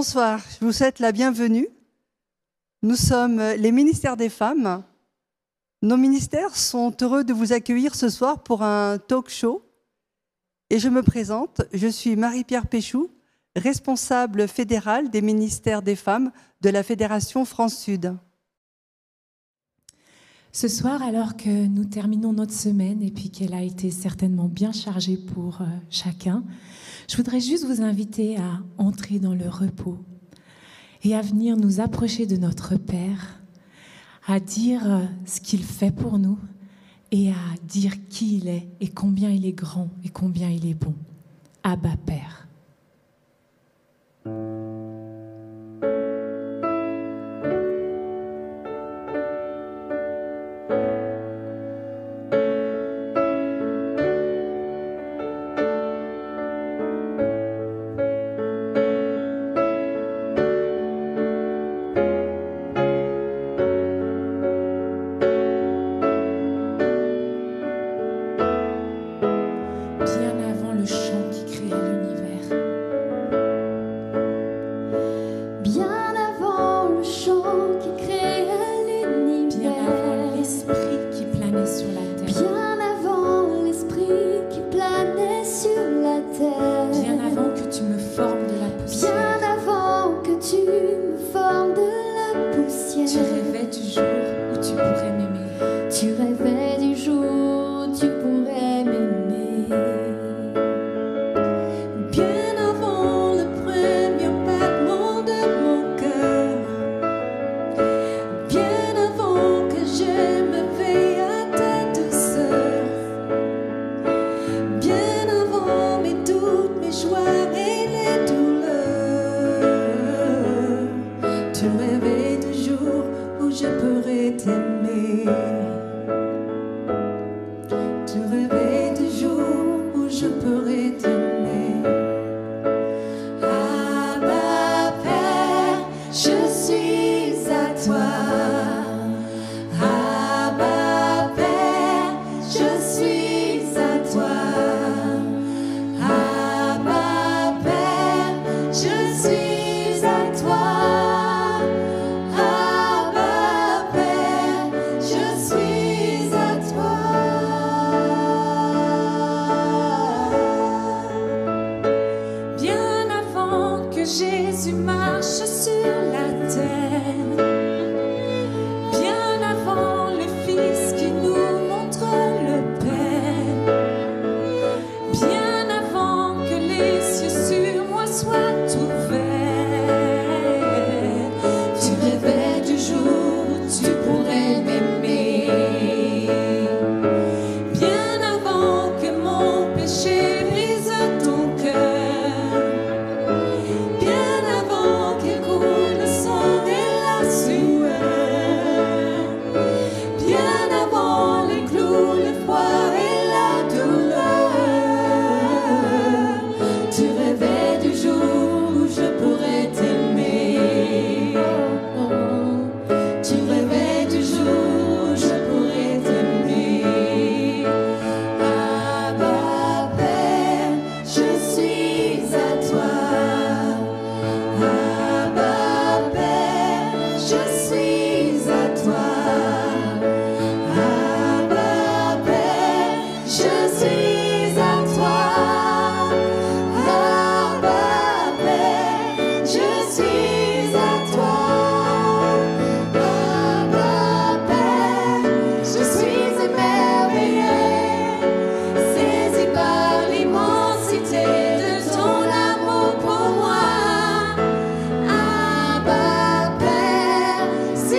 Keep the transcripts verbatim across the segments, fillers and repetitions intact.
Bonsoir, je vous souhaite la bienvenue. Nous sommes les ministères des femmes. Nos ministères sont heureux de vous accueillir ce soir pour un talk show. Et je me présente, je suis Marie-Pierre Péchou, responsable fédérale des ministères des femmes de la Fédération France-Sud. Ce soir, alors que nous terminons notre semaine et puis qu'elle a été certainement bien chargée pour euh, chacun, je voudrais juste vous inviter à entrer dans le repos et à venir nous approcher de notre Père, à dire euh, ce qu'il fait pour nous et à dire qui il est et combien il est grand et combien il est bon. Abba Père. C'est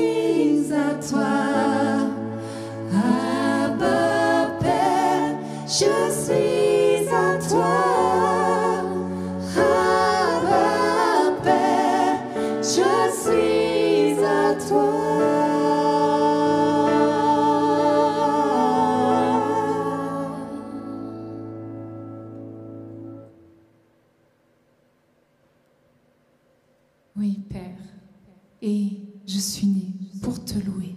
suis à toi. Abba Père, je suis à toi. Abba Père, je suis à toi. Oui, Père, et je suis née pour te louer.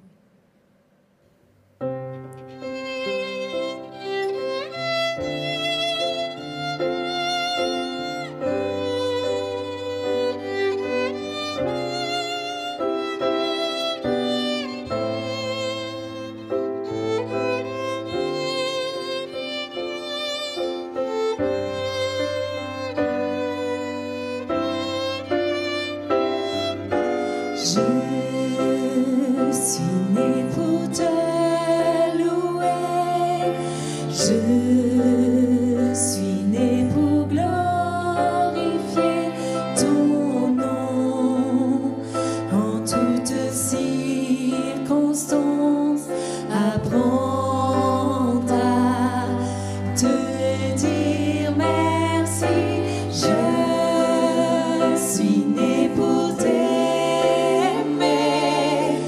Je suis née pour te louer. Je suis née pour glorifier ton nom en toutes circonstances. Apprendre à te dire merci. Je suis née pour t'aimer.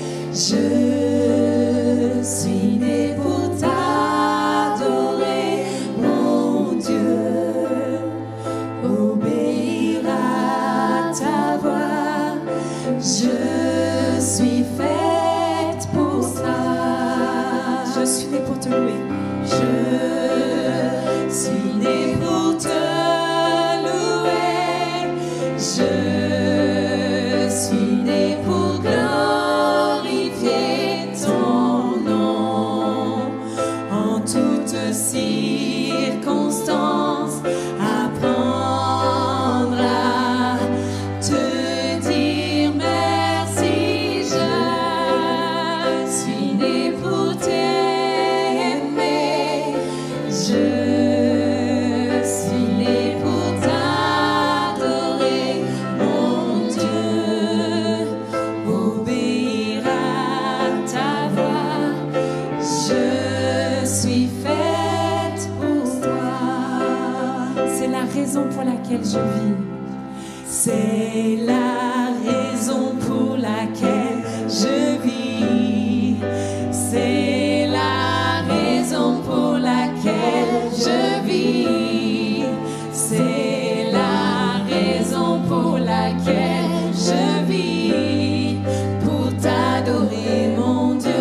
Je suis née pour t'adorer, mon Dieu. Obéir à ta voix. Je suis faite pour ça. Je suis née pour te louer. Je suis née pour te louer. Je suis née pour glorifier ton nom en toutes circonstances. Apprendre à te dire merci. Je suis née pour t'aimer. Je suis née pour t'adorer, mon Dieu. Obéir à ta voix. Je suis faite pour toi. C'est la raison pour laquelle je vis. C'est la raison pour laquelle je vis. C'est la raison pour laquelle je vis. C'est la raison pour laquelle je vis. Pour t'adorer, mon Dieu.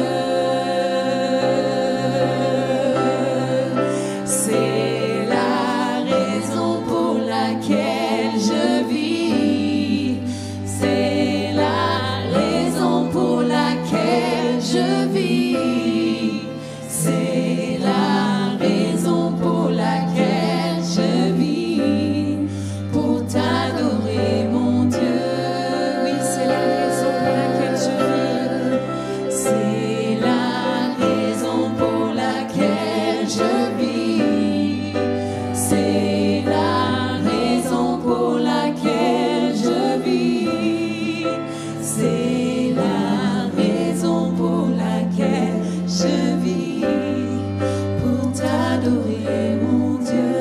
C'est la raison pour laquelle je vis. C'est la raison pour laquelle je vis. C'est la raison pour laquelle je vis. Pour t'adorer, mon Dieu. Oui, c'est la raison pour laquelle je vis. C'est la raison pour laquelle je vis. C'est la raison pour laquelle je vis. C'est la raison pour laquelle je vis. Pour t'adorer, mon Dieu.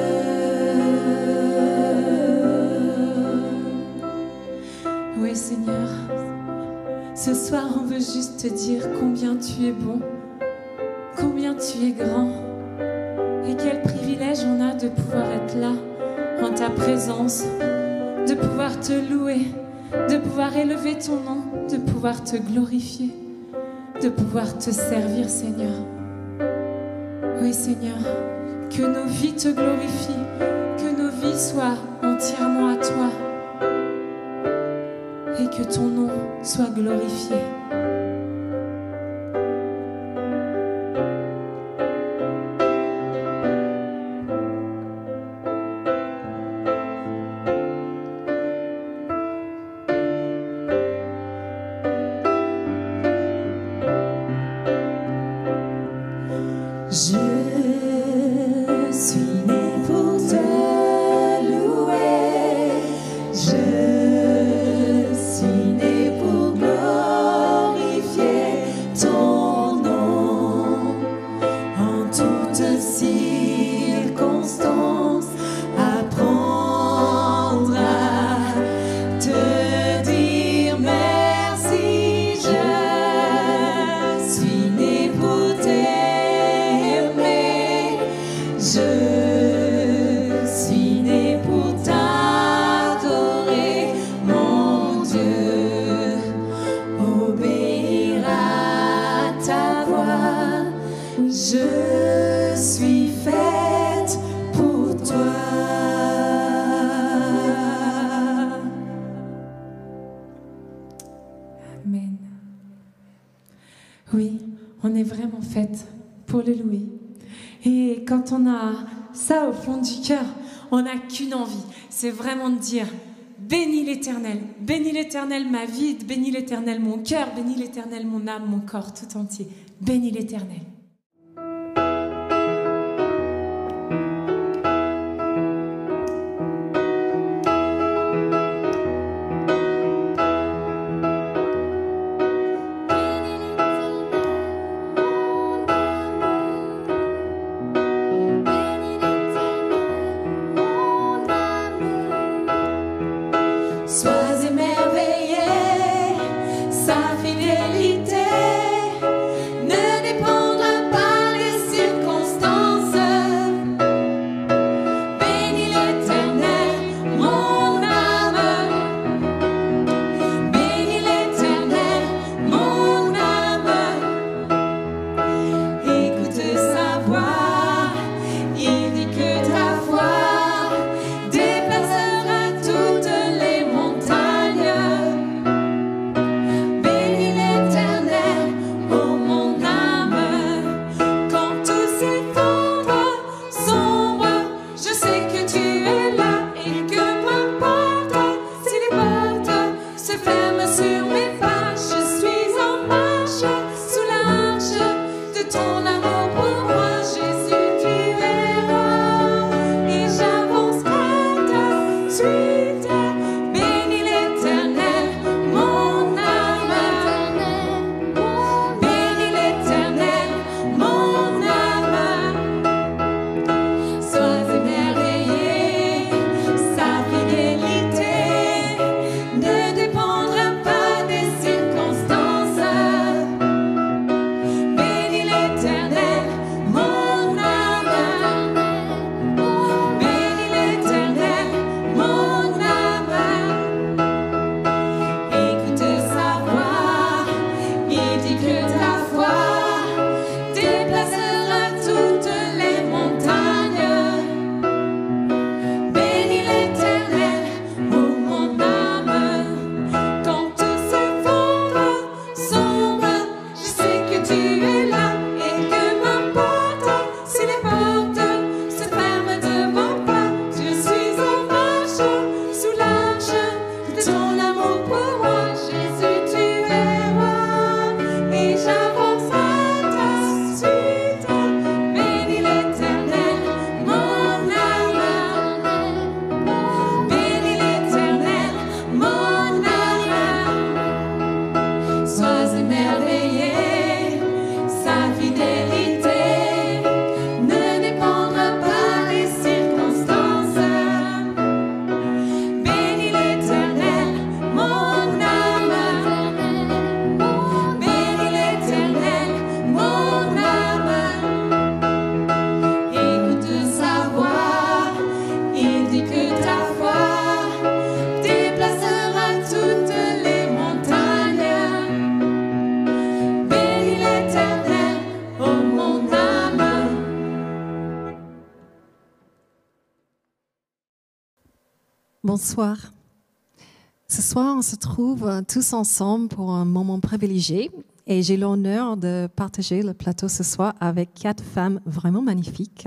Oui, Seigneur, ce soir on veut juste te dire combien tu es bon, combien tu es grand, et quel privilège on a de pouvoir être là en ta présence, de pouvoir te louer, de pouvoir élever ton nom, de pouvoir te glorifier, de pouvoir te servir, Seigneur. Oui, Seigneur, que nos vies te glorifient, que nos vies soient entièrement à toi et que ton nom soit glorifié. Je suis née pour te louer. Je suis née pour glorifier Oui, on est vraiment faites pour le louer. Et quand on a ça au fond du cœur, on n'a qu'une envie, c'est vraiment de dire « Bénis l'Éternel, bénis l'Éternel ma vie, bénis l'Éternel mon cœur, bénis l'Éternel mon âme, mon corps tout entier, bénis l'Éternel. » Sois émerveillé, sa fidélité ne dépendra pas des circonstances. Bénis l'Éternel, mon âme. Bénis l'Éternel, mon âme. Écoute sa voix, il dit que ta foi déplacera toutes les montagnes. Bénis l'Éternel, ô mon âme. Quand tout s'effondre, sombre, je sais que tu es là et que peu importe si les portes se ferment sur mes pas, je suis en marche sous l'arche de ton amour pour moi. Jésus, tu es roi et j'avance à ta suite. Bénis l'Éternel, mon âme. Bénis l'Éternel, mon âme. Sois émerveillé, sa fidélité ne dépendra pas des circonstances. Bénis l'Éternel, mon âme. Bénis l'Éternel, mon âme. Écoute sa voix, il dit que ta foi déplacera toutes les montagnes. Bénis l'Éternel, ô mon âme. Quand tout s'effondre, sombre, je sais que tu es là et que m'importe si les portes se ferment devant moi. Je suis en marche sous l'arche de ton amour pour moi. Jésus, tu es roi et j'avance à ta suite. Bénis l'Éternel, mon âme. Bénis l'Éternel, mon âme. Sois émerveillé, sa fidélité ne dépendra pas des circonstances. Bénis l'Éternel, mon âme. Bénis l'Éternel, mon âme. Écoute sa voix, il dit que ta foi déplacera toutes les montagnes. Bénis l'Éternel, ô mon âme. Bonsoir. Ce soir, on se trouve euh, tous ensemble pour un moment privilégié et j'ai l'honneur de partager le plateau ce soir avec quatre femmes vraiment magnifiques.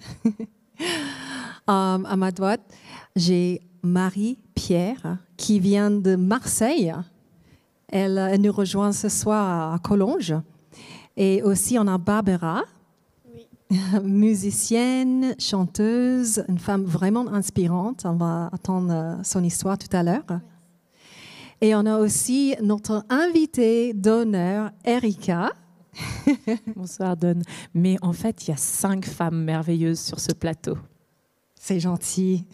Euh, à ma droite, j'ai Marie-Pierre qui vient de Marseille. Elle, elle nous rejoint ce soir à Collonges. Et aussi, on a Barbara, musicienne, chanteuse, une femme vraiment inspirante. On va attendre son histoire tout à l'heure. Et on a aussi notre invitée d'honneur, Erika. Bonsoir Don. Mais en fait, il y a cinq femmes merveilleuses sur ce plateau. C'est gentil.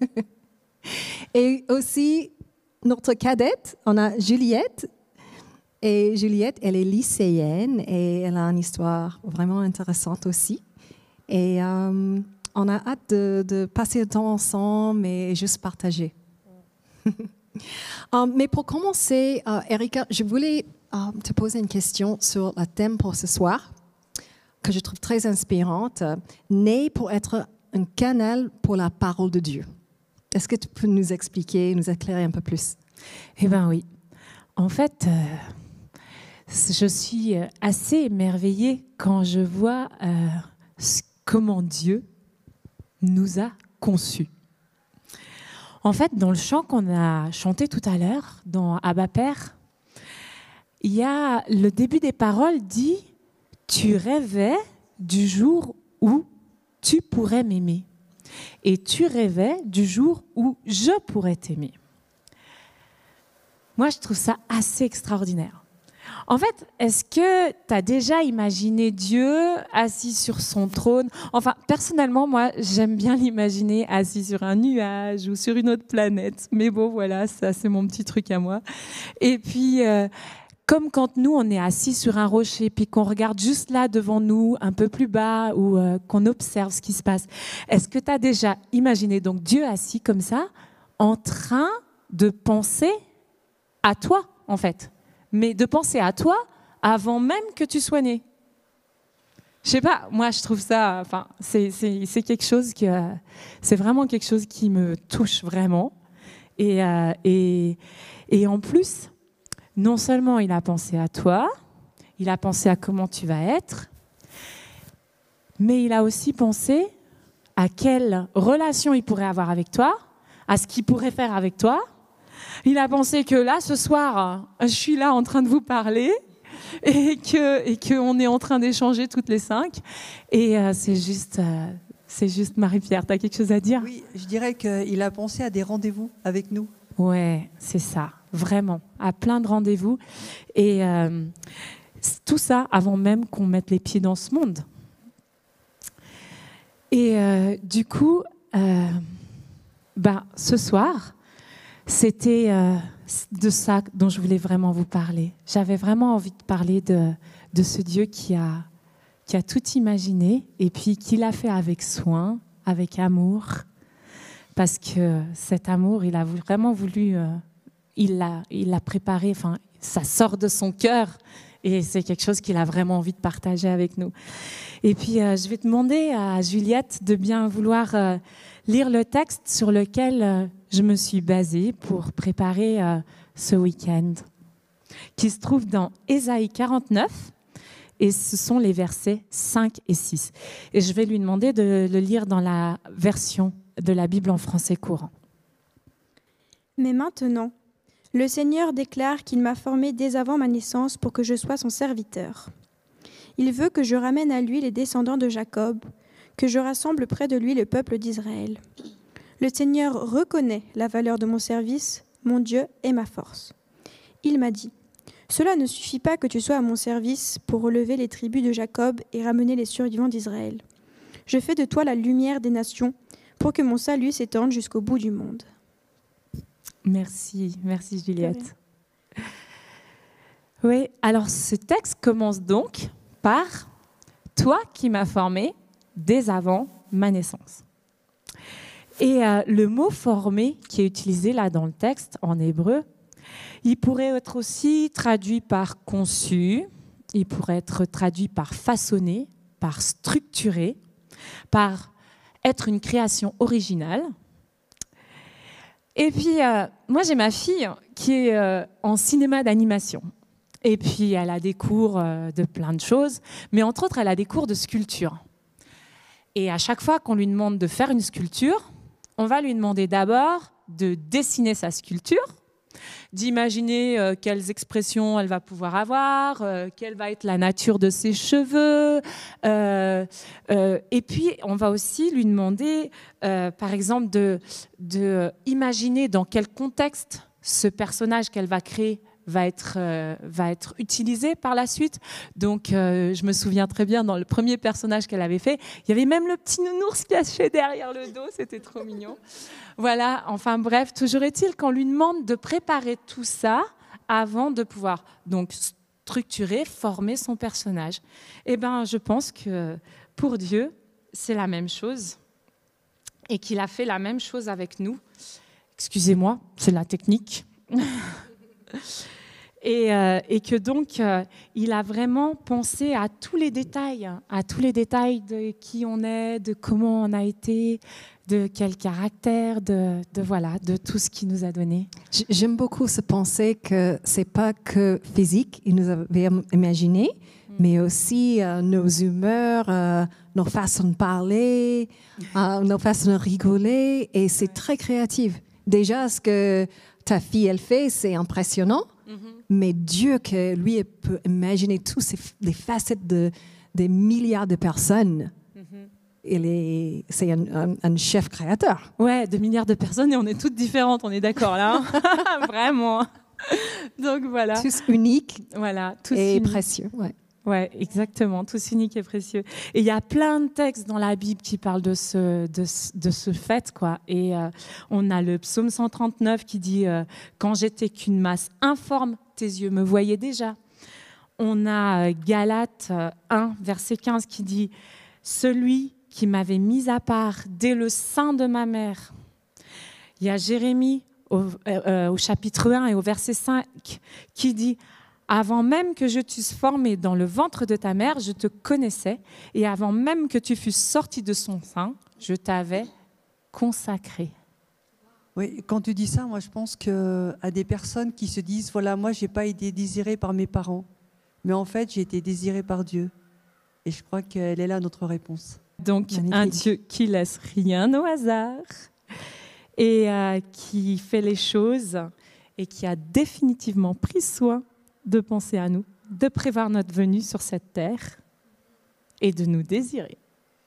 Et aussi, notre cadette, on a Juliette. Et Juliette, elle est lycéenne et elle a une histoire vraiment intéressante aussi. Et euh, on a hâte de, de passer le temps ensemble et juste partager. um, mais pour commencer, uh, Erika, je voulais uh, te poser une question sur le thème pour ce soir, que je trouve très inspirante. Né pour être un canal pour la parole de Dieu. Est-ce que tu peux nous expliquer, nous éclairer un peu plus? Eh bien oui. En fait, euh, je suis assez émerveillée quand je vois euh, ce- comment Dieu nous a conçus. En fait, dans le chant qu'on a chanté tout à l'heure, dans Abba Père, il y a le début des paroles dit « Tu rêvais du jour où tu pourrais m'aimer. Et tu rêvais du jour où je pourrais t'aimer. » Moi, je trouve ça assez extraordinaire. En fait, est-ce que tu as déjà imaginé Dieu assis sur son trône? Enfin, personnellement, moi, j'aime bien l'imaginer assis sur un nuage ou sur une autre planète. Mais bon, voilà, ça, c'est mon petit truc à moi. Et puis, euh, comme quand nous, on est assis sur un rocher, puis qu'on regarde juste là devant nous, un peu plus bas, ou euh, qu'on observe ce qui se passe. Est-ce que tu as déjà imaginé donc Dieu assis comme ça, en train de penser à toi, en fait, mais de penser à toi avant même que tu sois né? Je sais pas, moi je trouve ça, enfin, c'est, c'est, c'est quelque chose que, c'est vraiment quelque chose qui me touche vraiment. Et, euh, et, et en plus, non seulement il a pensé à toi, il a pensé à comment tu vas être, mais il a aussi pensé à quelle relation il pourrait avoir avec toi, à ce qu'il pourrait faire avec toi. Il a pensé que là, ce soir, je suis là en train de vous parler et que et qu'on est en train d'échanger toutes les cinq. Et euh, c'est juste, euh, c'est juste Marie-Pierre, tu as quelque chose à dire? Oui, je dirais qu'il a pensé à des rendez-vous avec nous. Ouais, c'est ça, vraiment, à plein de rendez-vous. Et euh, tout ça avant même qu'on mette les pieds dans ce monde. Et euh, du coup, euh, bah, ce soir, c'était euh, de ça dont je voulais vraiment vous parler. J'avais vraiment envie de parler de, de ce Dieu qui a, qui a tout imaginé et puis qui l'a fait avec soin, avec amour. Parce que cet amour, il a vraiment voulu, euh, il l'a, il l'a préparé, enfin, ça sort de son cœur et c'est quelque chose qu'il a vraiment envie de partager avec nous. Et puis, euh, je vais demander à Juliette de bien vouloir euh, lire le texte sur lequel euh, je me suis basée pour préparer euh, ce week-end, qui se trouve dans Ésaïe quarante-neuf, et ce sont les versets cinq et six. Et je vais lui demander de le lire dans la version de la Bible en français courant. Mais maintenant, le Seigneur déclare qu'il m'a formé dès avant ma naissance pour que je sois son serviteur. Il veut que je ramène à lui les descendants de Jacob, que je rassemble près de lui le peuple d'Israël. Le Seigneur reconnaît la valeur de mon service, mon Dieu est ma force. Il m'a dit, « Cela ne suffit pas que tu sois à mon service pour relever les tribus de Jacob et ramener les survivants d'Israël. Je fais de toi la lumière des nations pour que mon salut s'étende jusqu'au bout du monde. » Merci, merci Juliette. Oui, alors ce texte commence donc par « Toi qui m'as formé dès avant ma naissance ». Et euh, le mot « formé » qui est utilisé là dans le texte en hébreu, il pourrait être aussi traduit par « conçu », il pourrait être traduit par « façonné », par « structuré », par « être une création originale ». Et puis, euh, moi, j'ai ma fille qui est euh, en cinéma d'animation. Et puis, elle a des cours euh, de plein de choses, mais entre autres, elle a des cours de sculpture. Et à chaque fois qu'on lui demande de faire une sculpture, on va lui demander d'abord de dessiner sa sculpture, d'imaginer euh, quelles expressions elle va pouvoir avoir, euh, quelle va être la nature de ses cheveux. Euh, euh, et puis, on va aussi lui demander, euh, par exemple, de, de imaginer dans quel contexte ce personnage qu'elle va créer va être, euh, va être utilisé par la suite. Donc, euh, je me souviens très bien, dans le premier personnage qu'elle avait fait, il y avait même le petit nounours caché derrière le dos, c'était trop mignon. Voilà, enfin bref, toujours est-il qu'on lui demande de préparer tout ça avant de pouvoir donc structurer, former son personnage. Eh bien, je pense que pour Dieu, c'est la même chose et qu'il a fait la même chose avec nous. Excusez-moi, c'est la technique. Et, euh, et que donc, euh, il a vraiment pensé à tous les détails, à tous les détails de qui on est, de comment on a été, de quel caractère, de, de, voilà, de tout ce qu'il nous a donné. J- J'aime beaucoup se penser que c'est pas que physique, il nous avait imaginé, mm. mais aussi euh, nos humeurs, euh, nos façons de parler, euh, nos façons de rigoler, et c'est ouais. très créatif. Déjà, ce que ta fille, elle fait, c'est impressionnant. Mm-hmm. Mais Dieu, que lui, il peut imaginer toutes ces, les facettes de, des milliards de personnes. Mm-hmm. Il est, c'est un, un, un chef créateur. Ouais, de milliards de personnes et on est toutes différentes, on est d'accord là. Hein. Vraiment. Donc voilà. Tous uniques voilà, tous et uniques. Précieux. Ouais. Ouais, exactement, tous uniques et précieux. Et il y a plein de textes dans la Bible qui parlent de ce, de, de ce fait, quoi. Et euh, on a le psaume cent trente-neuf qui dit euh, « Quand j'étais qu'une masse informe, tes yeux me voyaient déjà ». On a euh, Galates euh, un, verset quinze qui dit « Celui qui m'avait mis à part dès le sein de ma mère ». Il y a Jérémie au, euh, au chapitre un et au verset cinq qui dit « Avant même que je t'eusse formé dans le ventre de ta mère, je te connaissais, et avant même que tu fusses sorti de son sein, je t'avais consacré. » Oui, quand tu dis ça, moi je pense qu'à des personnes qui se disent, voilà, moi j'ai pas été désirée par mes parents, mais en fait j'ai été désirée par Dieu. Et je crois qu'elle est là notre réponse. Donc magnifique. Un Dieu qui laisse rien au hasard et euh, qui fait les choses et qui a définitivement pris soin de penser à nous, de prévoir notre venue sur cette terre et de nous désirer.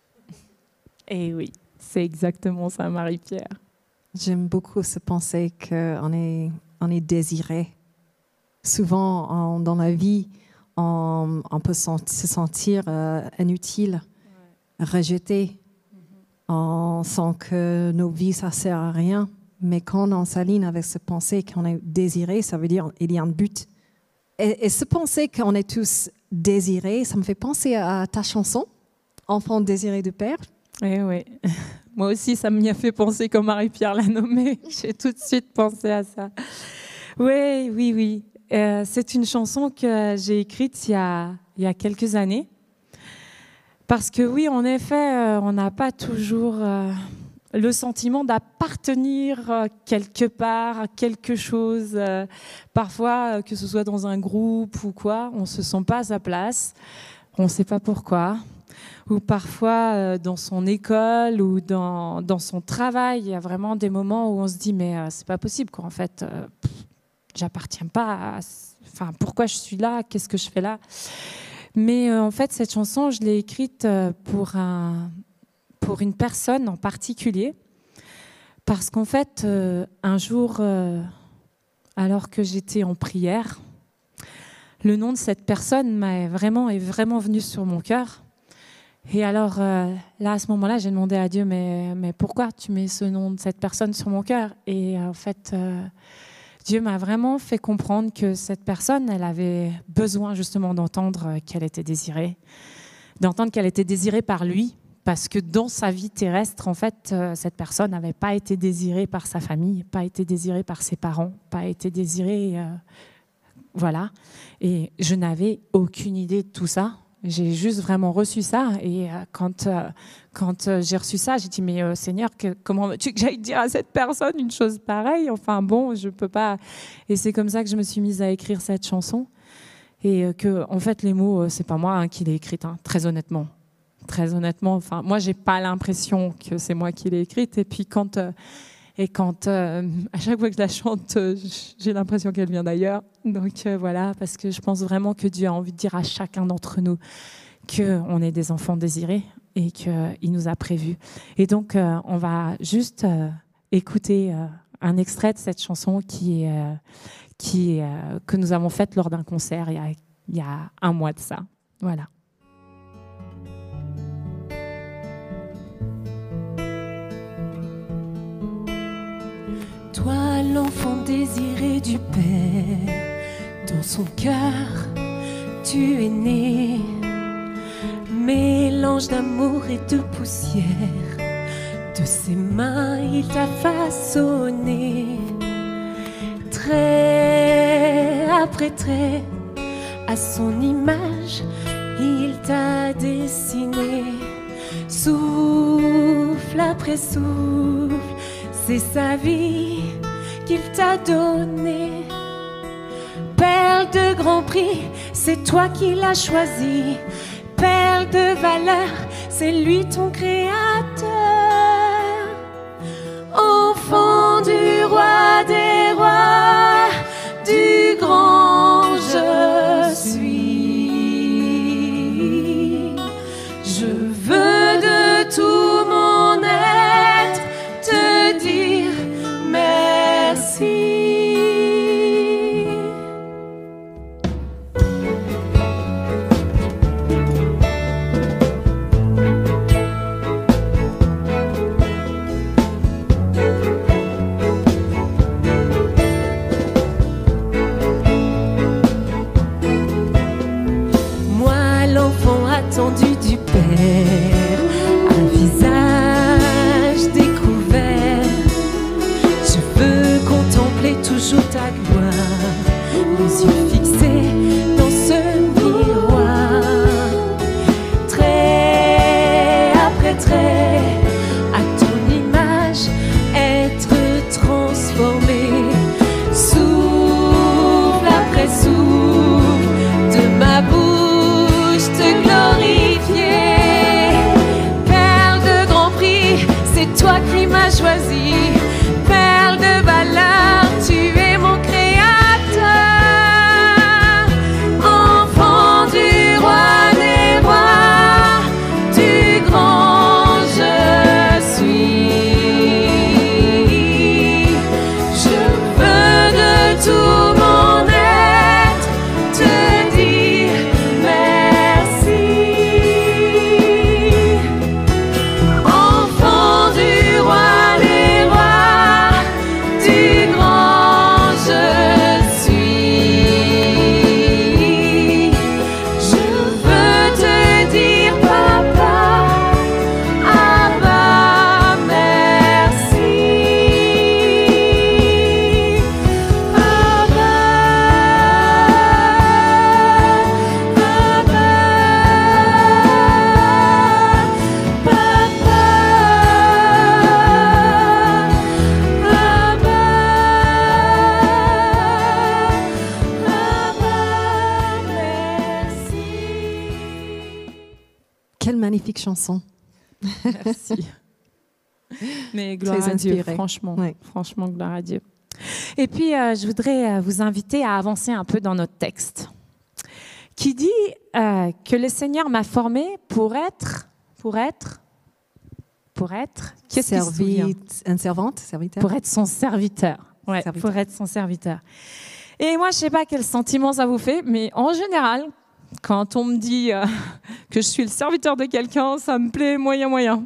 Et oui, c'est exactement ça, Marie-Pierre. J'aime beaucoup se penser qu'on est, on est désiré. Souvent, en, dans la vie, on, on peut senti, se sentir euh, inutile, ouais. rejeté. Mm-hmm. On sent que nos vies, ça ne sert à rien. Mais quand on s'aligne avec ce pensée qu'on est désiré, ça veut dire qu'il y a un but. Et, et se penser qu'on est tous désirés, ça me fait penser à ta chanson, « Enfant désiré du Père ». Eh oui, moi aussi, ça m'y a fait penser quand Marie-Pierre l'a nommé. J'ai tout de suite pensé à ça. Oui, oui, oui. Euh, c'est une chanson que j'ai écrite il y a, il y a quelques années. Parce que oui, en effet, euh, on n'a pas toujours euh, le sentiment d'appartenir euh, quelque part à quelque chose. Euh, parfois, euh, que ce soit dans un groupe ou quoi, on ne se sent pas à sa place. On ne sait pas pourquoi. Ou parfois euh, dans son école ou dans, dans son travail, il y a vraiment des moments où on se dit mais euh, c'est pas possible quoi. En fait, euh, pff, j'appartiens pas. À... Enfin, pourquoi je suis là? Qu'est-ce que je fais là? Mais euh, en fait, cette chanson, je l'ai écrite euh, pour un, pour une personne en particulier, parce qu'en fait, euh, un jour, euh, alors que j'étais en prière, le nom de cette personne m'a vraiment est vraiment venu sur mon cœur. Et alors, euh, là, à ce moment-là, j'ai demandé à Dieu, mais, mais pourquoi tu mets ce nom de cette personne sur mon cœur? Et euh, en fait, euh, Dieu m'a vraiment fait comprendre que cette personne, elle avait besoin justement d'entendre qu'elle était désirée, d'entendre qu'elle était désirée par lui, parce que dans sa vie terrestre, en fait, euh, cette personne n'avait pas été désirée par sa famille, pas été désirée par ses parents, pas été désirée... Euh, voilà. Et je n'avais aucune idée de tout ça. J'ai juste vraiment reçu ça et euh, quand, euh, quand euh, j'ai reçu ça, j'ai dit mais euh, Seigneur, que, comment veux-tu que j'aille dire à cette personne une chose pareille? Enfin bon, je peux pas. Et c'est comme ça que je me suis mise à écrire cette chanson et euh, que en fait les mots, euh, c'est pas moi hein, qui l'ai écrite, hein, très honnêtement, très honnêtement. Enfin moi j'ai pas l'impression que c'est moi qui l'ai écrite et puis quand euh, Et quand, euh, à chaque fois que je la chante, euh, j'ai l'impression qu'elle vient d'ailleurs. Donc euh, voilà, parce que je pense vraiment que Dieu a envie de dire à chacun d'entre nous qu'on est des enfants désirés et qu'il nous a prévus. Et donc, euh, on va juste euh, écouter euh, un extrait de cette chanson qui, euh, qui, euh, que nous avons faite lors d'un concert il y a, il y a un mois de ça. Voilà. Toi, l'enfant désiré du Père, dans son cœur, tu es né. Mélange d'amour et de poussière, de ses mains il t'a façonné. Très après trait, à son image, il t'a dessiné. Souffle après souffle, c'est sa vie qu'il t'a donnée. Perle de grand prix, c'est toi qui l'as choisi. Perle de valeur, c'est lui ton créateur. Enfant du roi des rois, du grand je suis. Je veux de tout mon être te dire merci. Attendu du Père, un visage découvert. Je veux contempler toujours ta gloire, les yeux fixés dans ce miroir. Trait après trait, à ton image, être transformé. Souffle après souffle de ma bouche, te glorifier. Perle de grand prix, c'est toi qui m'as choisi. Perle de valeur, tu es mon créateur. Enfant du roi des rois, du grand je suis. Je veux de tout mon être te dire merci. Enfant du roi des rois, du grand je suis. Je veux te dire papa, Abba, merci. Abba, Quelle magnifique chanson. Merci. Mais gloire Très à Dieu, inspiré. franchement, Ouais. franchement, gloire à Dieu. Et puis, euh, je voudrais euh, vous inviter à avancer un peu dans notre texte, qui dit euh, que le Seigneur m'a formé pour être, pour être, pour être, qu'est-ce qui se souvient ? Servite, une servante, serviteur. Pour être son serviteur. Ouais, Serviteur. pour être son serviteur. Et moi, je ne sais pas quel sentiment ça vous fait, mais en général, quand on me dit euh, que je suis le serviteur de quelqu'un, ça me plaît moyen, moyen.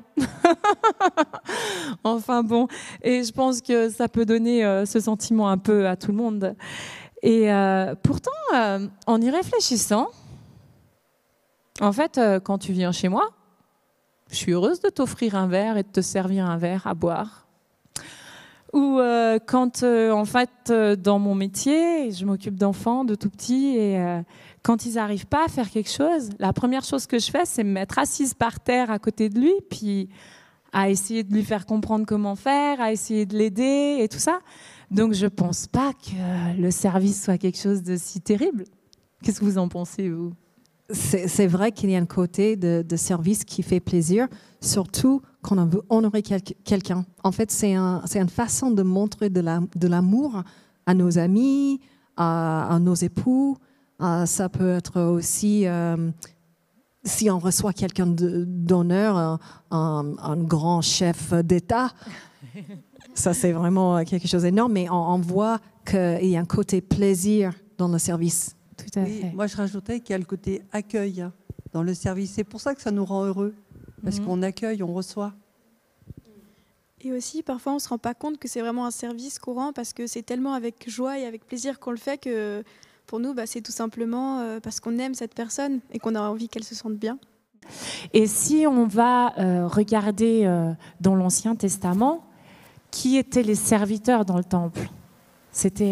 Enfin bon, et je pense que ça peut donner euh, ce sentiment un peu à tout le monde. Et euh, pourtant, euh, en y réfléchissant, en fait, euh, quand tu viens chez moi, je suis heureuse de t'offrir un verre et de te servir un verre à boire. Ou euh, quand, euh, en fait, euh, dans mon métier, je m'occupe d'enfants, de tout petits, et euh, quand ils n'arrivent pas à faire quelque chose, la première chose que je fais, c'est me mettre assise par terre à côté de lui, puis à essayer de lui faire comprendre comment faire, à essayer de l'aider et tout ça. Donc, je ne pense pas que le service soit quelque chose de si terrible. Qu'est-ce que vous en pensez, vous ? C'est c'est vrai qu'il y a un côté de, de service qui fait plaisir, surtout quand on veut honorer quel- quelqu'un. En fait, c'est un, c'est une façon de montrer de la- de l'amour à nos amis, à, à nos époux. Euh, ça peut être aussi, euh, si on reçoit quelqu'un de- d'honneur, un, un- un grand chef d'État, ça c'est vraiment quelque chose d'énorme, mais on, on voit qu'il y a un côté plaisir dans le service. Tout à Oui, fait. moi, je rajoutais qu'il y a le côté accueil hein, dans le service. C'est pour ça que ça nous rend heureux, parce Mhm. qu'on accueille, on reçoit. Et aussi, parfois, on ne se rend pas compte que c'est vraiment un service courant parce que c'est tellement avec joie et avec plaisir qu'on le fait que pour nous, bah, c'est tout simplement euh, parce qu'on aime cette personne et qu'on a envie qu'elle se sente bien. Et si on va euh, regarder euh, dans l'Ancien Testament, qui étaient les serviteurs dans le temple ? C'était euh,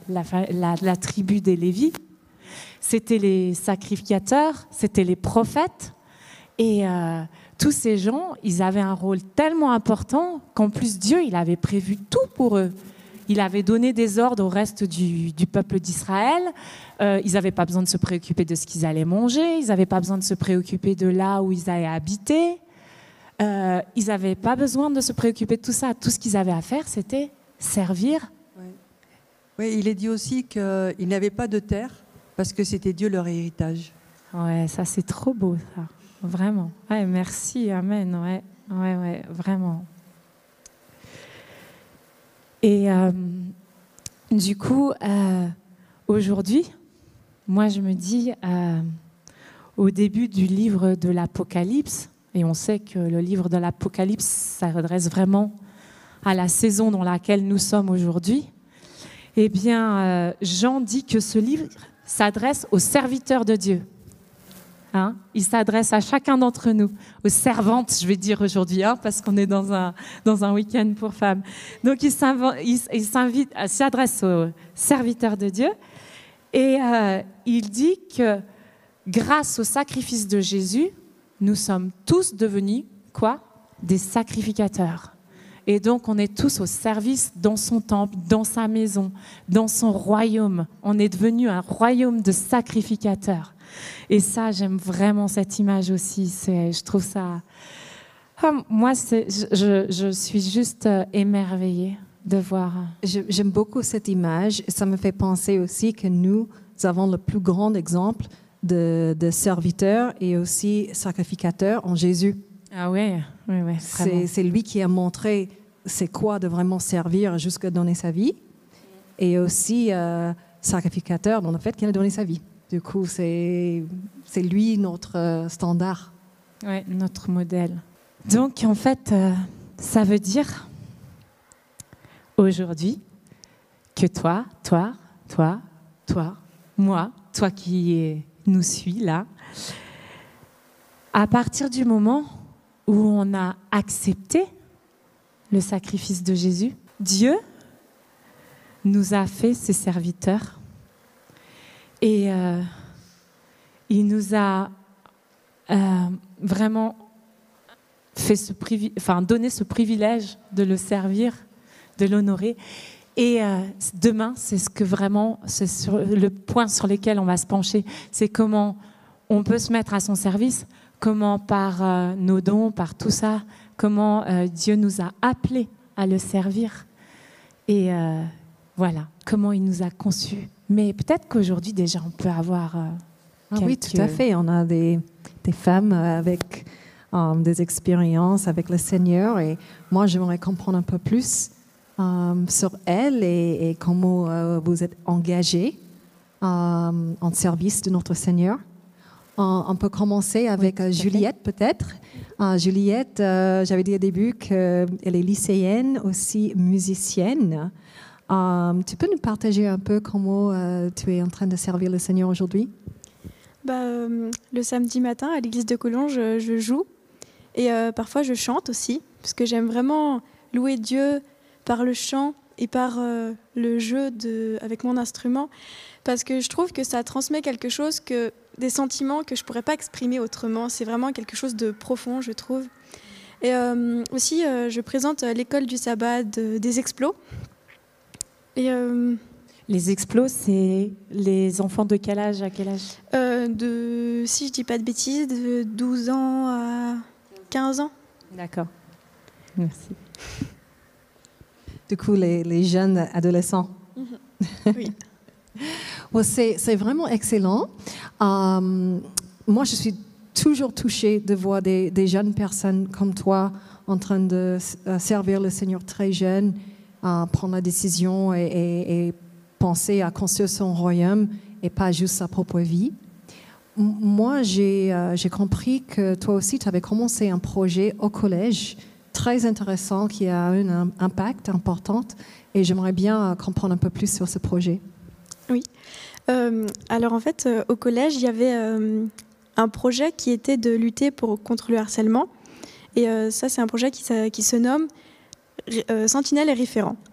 la, la, la tribu des Lévis. C'était les sacrificateurs, c'était les prophètes. Et euh, tous ces gens, ils avaient un rôle tellement important qu'en plus Dieu, il avait prévu tout pour eux. Il avait donné des ordres au reste du, du peuple d'Israël. Euh, ils n'avaient pas besoin de se préoccuper de ce qu'ils allaient manger. Ils n'avaient pas besoin de se préoccuper de là où ils allaient habiter. Euh, ils n'avaient pas besoin de se préoccuper de tout ça. Tout ce qu'ils avaient à faire, c'était servir. Oui. Oui, il est dit aussi qu'ils n'avaient pas de terre parce que c'était Dieu leur héritage. Ouais, ça c'est trop beau, ça. Vraiment. Ouais, merci, amen. Ouais, ouais, ouais, vraiment. Et euh, du coup, euh, aujourd'hui, moi je me dis, euh, au début du livre de l'Apocalypse, et on sait que le livre de l'Apocalypse s'adresse vraiment à la saison dans laquelle nous sommes aujourd'hui, eh bien, euh, Jean dit que ce livre s'adresse aux serviteurs de Dieu. Hein? Il s'adresse à chacun d'entre nous, aux servantes, je vais dire aujourd'hui, hein, parce qu'on est dans un, dans un week-end pour femmes. Donc, il, il, il s'invite, il s'adresse aux serviteurs de Dieu et euh, il dit que grâce au sacrifice de Jésus, nous sommes tous devenus, quoi? Des sacrificateurs. Et donc, on est tous au service dans son temple, dans sa maison, dans son royaume. On est devenu un royaume de sacrificateurs. Et ça, j'aime vraiment cette image aussi. C'est, je trouve ça... Moi, c'est, je, je suis juste émerveillée de voir... J'aime beaucoup cette image. Ça me fait penser aussi que nous avons le plus grand exemple de, de serviteurs et aussi sacrificateurs en Jésus. Ah ouais, oui, oui, c'est, c'est lui qui a montré c'est quoi de vraiment servir jusqu'à donner sa vie, et aussi euh, sacrificateur dans le fait qu'il a donné sa vie. Du coup, c'est, c'est lui notre standard. Oui, notre modèle. Donc, en fait, euh, ça veut dire aujourd'hui que toi, toi, toi, toi, moi, toi qui nous suis là, à partir du moment où on a accepté le sacrifice de Jésus, Dieu nous a fait ses serviteurs et euh, il nous a euh, vraiment fait ce privi- enfin, donné ce privilège de le servir, de l'honorer. Et euh, demain, c'est ce que vraiment, c'est sur le point sur lequel on va se pencher, c'est comment on peut se mettre à son service. Comment par euh, nos dons, par tout ça, comment euh, Dieu nous a appelés à le servir. Et euh, voilà, comment il nous a conçus. Mais peut-être qu'aujourd'hui, déjà, on peut avoir... Euh, ah quelques... Oui, tout à fait. On a des, des femmes avec euh, des expériences avec le Seigneur. Et moi, j'aimerais comprendre un peu plus euh, sur elles et, et comment euh, vous êtes engagées euh, en service de notre Seigneur. On peut commencer avec oui, Juliette, peut-être. Uh, Juliette, euh, j'avais dit au début qu'elle est lycéenne, aussi musicienne. Um, tu peux nous partager un peu comment euh, tu es en train de servir le Seigneur aujourd'hui? Bah, euh, le samedi matin, à l'église de Collonges, je, je joue. Et euh, parfois, je chante aussi, parce que j'aime vraiment louer Dieu par le chant et par euh, le jeu de, avec mon instrument, parce que je trouve que ça transmet quelque chose que... des sentiments que je ne pourrais pas exprimer autrement. C'est vraiment quelque chose de profond, je trouve. Et euh, aussi, euh, je présente l'école du sabbat de, des Explos. Et, euh, les Explos, c'est les enfants de quel âge à quel âge euh, de, si je ne dis pas de bêtises, de douze ans à quinze ans. D'accord. Merci. Du coup, les, les jeunes adolescents. Mm-hmm. Oui. Well, c'est, c'est vraiment excellent. Um, moi, je suis toujours touchée de voir des, des jeunes personnes comme toi en train de uh, servir le Seigneur très jeune, uh, prendre la décision et, et, et penser à construire son royaume et pas juste sa propre vie. M- moi, j'ai, uh, j'ai compris que toi aussi, tu avais commencé un projet au collège très intéressant qui a un, un impact important et j'aimerais bien uh, comprendre un peu plus sur ce projet. Oui. Euh, alors en fait, euh, au collège, il y avait euh, un projet qui était de lutter pour, contre le harcèlement. Et euh, ça, c'est un projet qui, ça, qui se nomme euh, Sentinelle et Référent.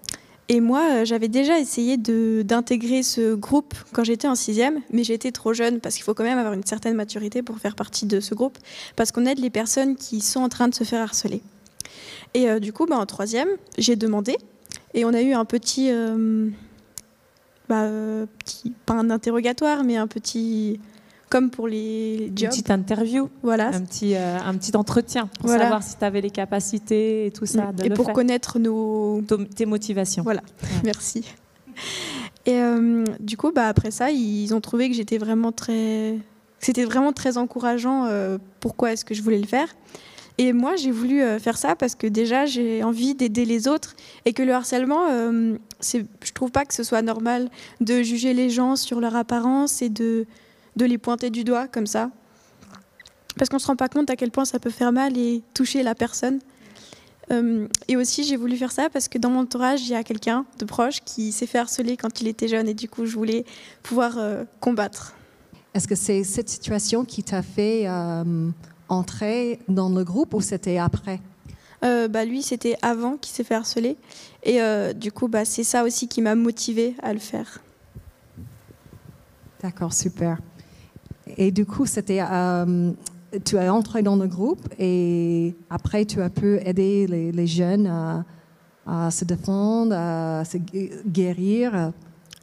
Et moi, euh, j'avais déjà essayé de, d'intégrer ce groupe quand j'étais en sixième, mais j'étais trop jeune parce qu'il faut quand même avoir une certaine maturité pour faire partie de ce groupe, parce qu'on aide les personnes qui sont en train de se faire harceler. Et euh, du coup, bah, en troisième, j'ai demandé, et on a eu un petit, euh, bah, euh, petit, pas un interrogatoire, mais un petit, comme pour les Une jobs. petite interview, Voilà. un petit, euh, un petit entretien pour Voilà. savoir si tu avais les capacités et tout ça. De Et le pour faire. connaître nos... Tom- tes motivations. Voilà, merci. Et euh, du coup, bah, après ça, ils ont trouvé que j'étais vraiment très... C'était vraiment très encourageant. Euh, pourquoi est-ce que je voulais le faire? Et moi, j'ai voulu euh, faire ça parce que déjà, j'ai envie d'aider les autres et que le harcèlement, euh, c'est, je trouve pas que ce soit normal de juger les gens sur leur apparence et de, de les pointer du doigt comme ça. Parce qu'on se rend pas compte à quel point ça peut faire mal et toucher la personne. Euh, et aussi, j'ai voulu faire ça parce que dans mon entourage, il y a quelqu'un de proche qui s'est fait harceler quand il était jeune et du coup, je voulais pouvoir euh, combattre. Est-ce que c'est cette situation qui t'a fait euh, entrer dans le groupe ou c'était après? Euh, bah, lui, c'était avant qu'il s'est fait harceler. Et euh, du coup, bah, c'est ça aussi qui m'a motivée à le faire. D'accord, super. Et du coup, c'était, euh, tu es entré dans le groupe et après, tu as pu aider les, les jeunes à, à se défendre, à se gu- guérir.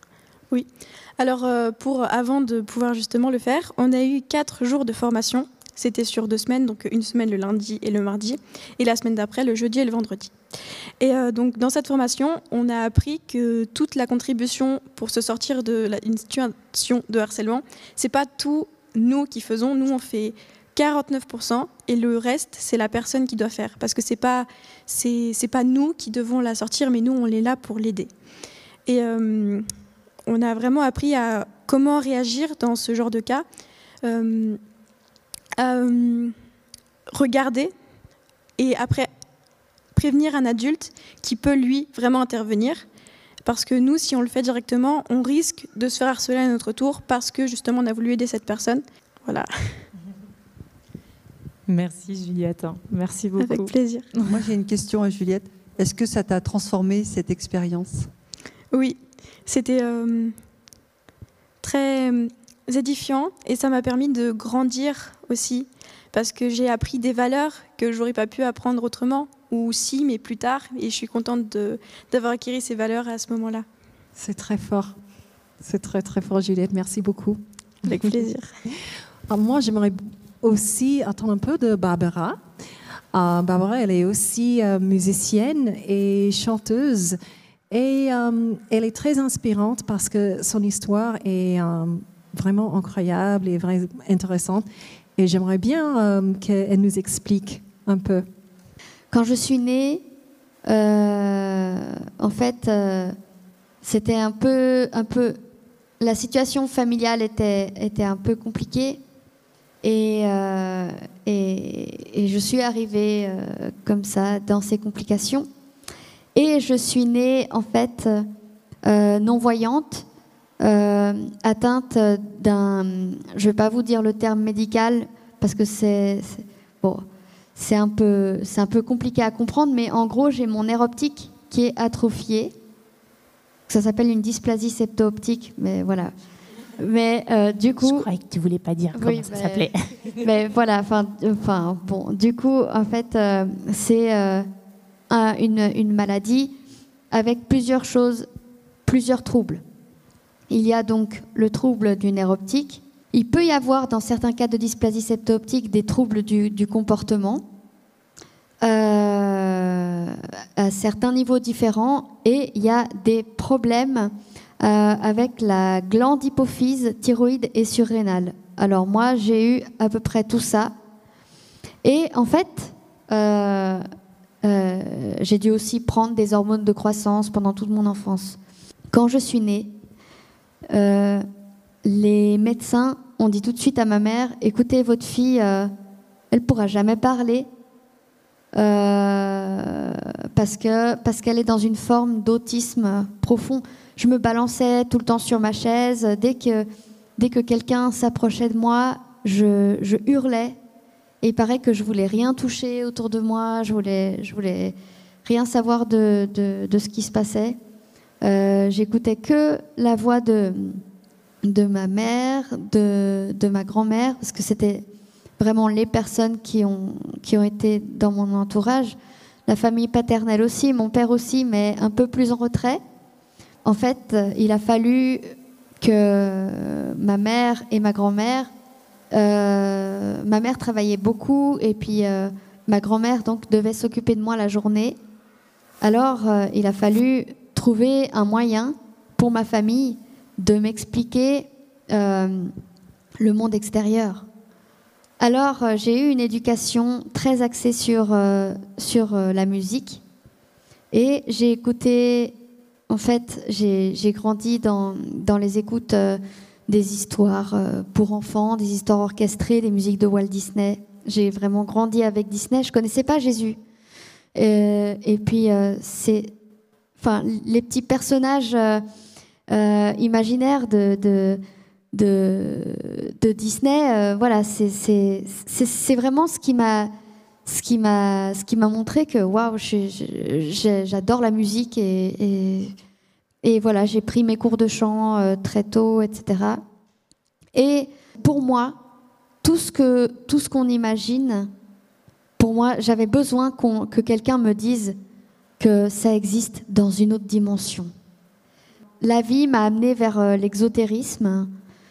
Alors, euh, pour, avant de pouvoir justement le faire, on a eu quatre jours de formation. C'était sur deux semaines, donc une semaine le lundi et le mardi, et la semaine d'après le jeudi et le vendredi. Et euh, donc dans cette formation, on a appris que toute la contribution pour se sortir de la, une situation de harcèlement, c'est pas tout nous qui faisons. Nous, on fait quarante-neuf pour cent et le reste, c'est la personne qui doit faire, parce que c'est pas c'est c'est pas nous qui devons la sortir, mais nous, on est là pour l'aider. Et euh, on a vraiment appris à comment réagir dans ce genre de cas. Euh, à euh, regarder et après prévenir un adulte qui peut lui vraiment intervenir, parce que nous, si on le fait directement, on risque de se faire harceler à notre tour parce que justement on a voulu aider cette personne. Voilà. Merci Juliette, merci beaucoup. Avec plaisir. Moi, j'ai une question à Juliette. Est-ce que ça t'a transformé cette expérience? Oui, c'était euh, très édifiant et ça m'a permis de grandir aussi, parce que j'ai appris des valeurs que j'aurais pas pu apprendre autrement, ou si, mais plus tard, et je suis contente de, d'avoir acquis ces valeurs à ce moment-là. C'est très fort. C'est très, très fort, Juliette. Merci beaucoup. Avec plaisir. Alors, moi, j'aimerais aussi attendre un peu de Barbara. Euh, Barbara, elle est aussi euh, musicienne et chanteuse. Et euh, elle est très inspirante parce que son histoire est euh, vraiment incroyable et vraiment intéressante. Et j'aimerais bien euh, qu'elle nous explique un peu. Quand je suis née, euh, en fait, euh, c'était un peu, un peu, la situation familiale était, était un peu compliquée, et, euh, et, et je suis arrivée euh, comme ça dans ces complications. Et je suis née en fait euh, non-voyante, euh, atteinte d'un, je ne vais pas vous dire le terme médical parce que c'est, c'est bon. C'est un peu, c'est un peu compliqué à comprendre, mais en gros, j'ai mon nerf optique qui est atrophié. Ça s'appelle une dysplasie septo-optique, mais voilà. Mais euh, du coup, Je croyais que tu voulais pas dire comment oui, ça mais- s'appelait. mais voilà, enfin, enfin, bon, du coup, en fait, euh, c'est euh, un- une, une maladie avec plusieurs choses, plusieurs troubles. Il y a donc le trouble du nerf optique. Il peut y avoir, dans certains cas de dysplasie septo-optique, des troubles du, du comportement euh, à certains niveaux différents, et il y a des problèmes euh, avec la glande hypophyse, thyroïde et surrénale. Alors moi, j'ai eu à peu près tout ça. Et en fait, euh, euh, j'ai dû aussi prendre des hormones de croissance pendant toute mon enfance. Quand je suis née, euh, les médecins ont dit tout de suite à ma mère, écoutez, votre fille, euh, elle ne pourra jamais parler euh, parce que, parce qu'elle est dans une forme d'autisme profond. Je me balançais tout le temps sur ma chaise. Dès que, dès que quelqu'un s'approchait de moi, je, je hurlais. Et il paraît que je voulais rien toucher autour de moi, je voulais, je voulais rien savoir de, de, de ce qui se passait. Euh, j'écoutais que la voix de, de ma mère, de, de ma grand-mère, parce que c'était vraiment les personnes qui ont, qui ont été dans mon entourage. La famille paternelle aussi, mon père aussi, mais un peu plus en retrait. En fait, il a fallu que ma mère et ma grand-mère, euh, ma mère travaillait beaucoup et puis euh, ma grand-mère donc devait s'occuper de moi la journée. Alors, euh, il a fallu trouver un moyen pour ma famille de m'expliquer euh, le monde extérieur. Alors, euh, j'ai eu une éducation très axée sur, euh, sur euh, la musique et j'ai écouté, en fait, j'ai, j'ai grandi dans, dans les écoutes euh, des histoires euh, pour enfants, des histoires orchestrées, des musiques de Walt Disney. J'ai vraiment grandi avec Disney, je ne connaissais pas Jésus. Euh, et puis, euh, c'est, enfin, les petits personnages euh, euh, imaginaires de... de De, de Disney, euh, voilà, c'est, c'est, c'est, c'est vraiment ce qui m'a, ce qui m'a, ce qui m'a montré que waouh, j'adore la musique et, et, et voilà, j'ai pris mes cours de chant euh, très tôt, et cetera. Et pour moi, tout ce que, tout ce qu'on imagine, pour moi, j'avais besoin qu'on, que quelqu'un me dise que ça existe dans une autre dimension. La vie m'a amenée vers euh, l'exotérisme.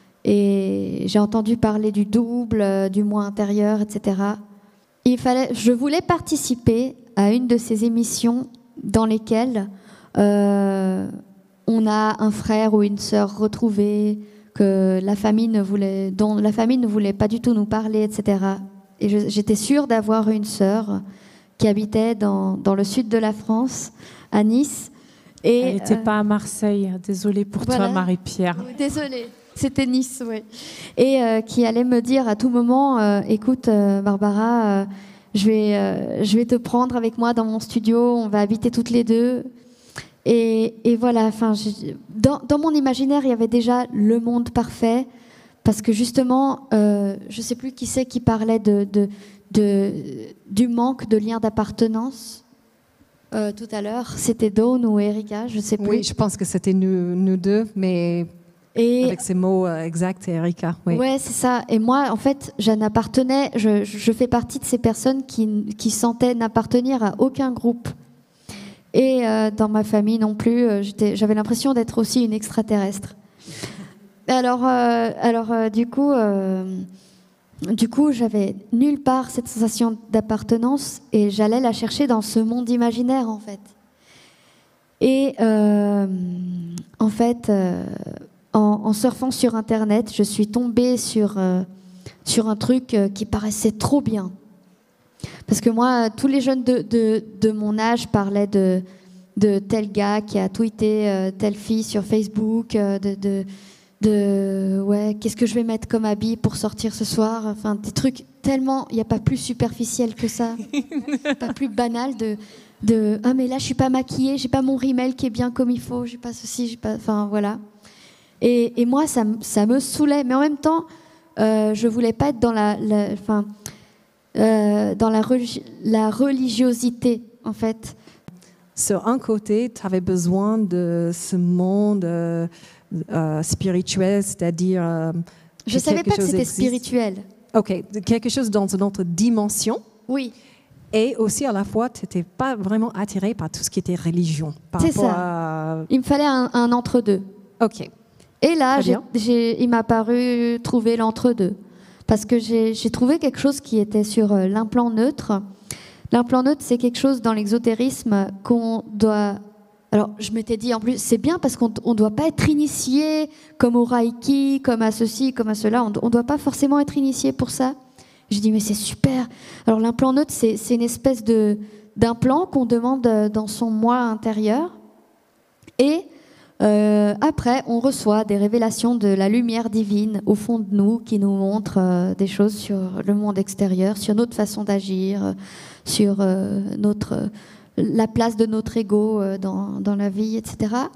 Et j'ai entendu parler du double, euh, du moi intérieur, et cetera. Il fallait, je voulais participer à une de ces émissions dans lesquelles euh, on a un frère ou une sœur retrouvés, que la famille ne voulait, dont la famille ne voulait pas du tout nous parler, et cetera. Et je, j'étais sûre d'avoir une sœur qui habitait dans, dans le sud de la France, à Nice. Et, Elle n'était euh, pas à Marseille. Désolée pour voilà. toi, Marie-Pierre. Désolée. C'était Nice, oui. Et euh, qui allait me dire à tout moment, euh, écoute, euh, Barbara, euh, je vais, euh, je vais te prendre avec moi dans mon studio, on va habiter toutes les deux. Et, et voilà, enfin, dans, dans mon imaginaire, il y avait déjà le monde parfait, parce que justement, euh, je ne sais plus qui c'est qui parlait de, de, de, du manque de lien d'appartenance. Euh, tout à l'heure, c'était Dawn ou Erika, je ne sais plus. Oui, je pense que c'était nous, nous deux, mais Et avec ces mots euh, exacts, c'est Erika. Oui. ouais, c'est ça. Et moi, en fait, je n'appartenais, je, je fais partie de ces personnes qui, qui sentaient n'appartenir à aucun groupe. Et euh, dans ma famille non plus, euh, j'étais, j'avais l'impression d'être aussi une extraterrestre. Alors, euh, alors euh, du coup, euh, du coup, j'avais nulle part cette sensation d'appartenance et j'allais la chercher dans ce monde imaginaire, en fait. Et euh, en fait. Euh, En, en surfant sur Internet, je suis tombée sur, euh, sur un truc euh, qui paraissait trop bien. Parce que moi, tous les jeunes de, de, de mon âge parlaient de, de tel gars qui a tweeté euh, telle fille sur Facebook, euh, de, de, de ouais, qu'est-ce que je vais mettre comme habit pour sortir ce soir. Enfin, des trucs tellement, il n'y a pas plus superficiel que ça, pas plus banal de, de ah mais là je suis pas maquillée, j'ai pas mon rímel qui est bien comme il faut, j'ai pas ceci, j'ai pas, enfin voilà. Et, et moi, ça, ça me saoulait. Mais en même temps, euh, je ne voulais pas être dans la, la, enfin, euh, dans la, religi- la religiosité, en fait. Sur un côté, tu avais besoin de ce monde euh, euh, spirituel, c'est-à-dire... Euh, je ne savais pas que c'était existe. spirituel. OK, quelque chose dans une autre dimension. Oui. Et aussi, à la fois, tu n'étais pas vraiment attirée par tout ce qui était religion. Par C'est ça. à... Il me fallait un, un entre-deux. OK. Et là, j'ai, bien. j'ai, il m'a paru trouver l'entre-deux. Parce que j'ai, j'ai trouvé quelque chose qui était sur euh, l'implant neutre. L'implant neutre, c'est quelque chose dans l'exotérisme qu'on doit... Alors, je m'étais dit, en plus, c'est bien parce qu'on ne doit pas être initié comme au Reiki, comme à ceci, comme à cela. On ne doit pas forcément être initié pour ça. J'ai dit, mais c'est super. Alors, l'implant neutre, c'est, c'est une espèce de, d'implant qu'on demande dans son moi intérieur. Et... Euh, après, on reçoit des révélations de la lumière divine au fond de nous qui nous montre euh, des choses sur le monde extérieur, sur notre façon d'agir, euh, sur euh, notre, euh, la place de notre ego euh, dans, dans la vie, et cetera.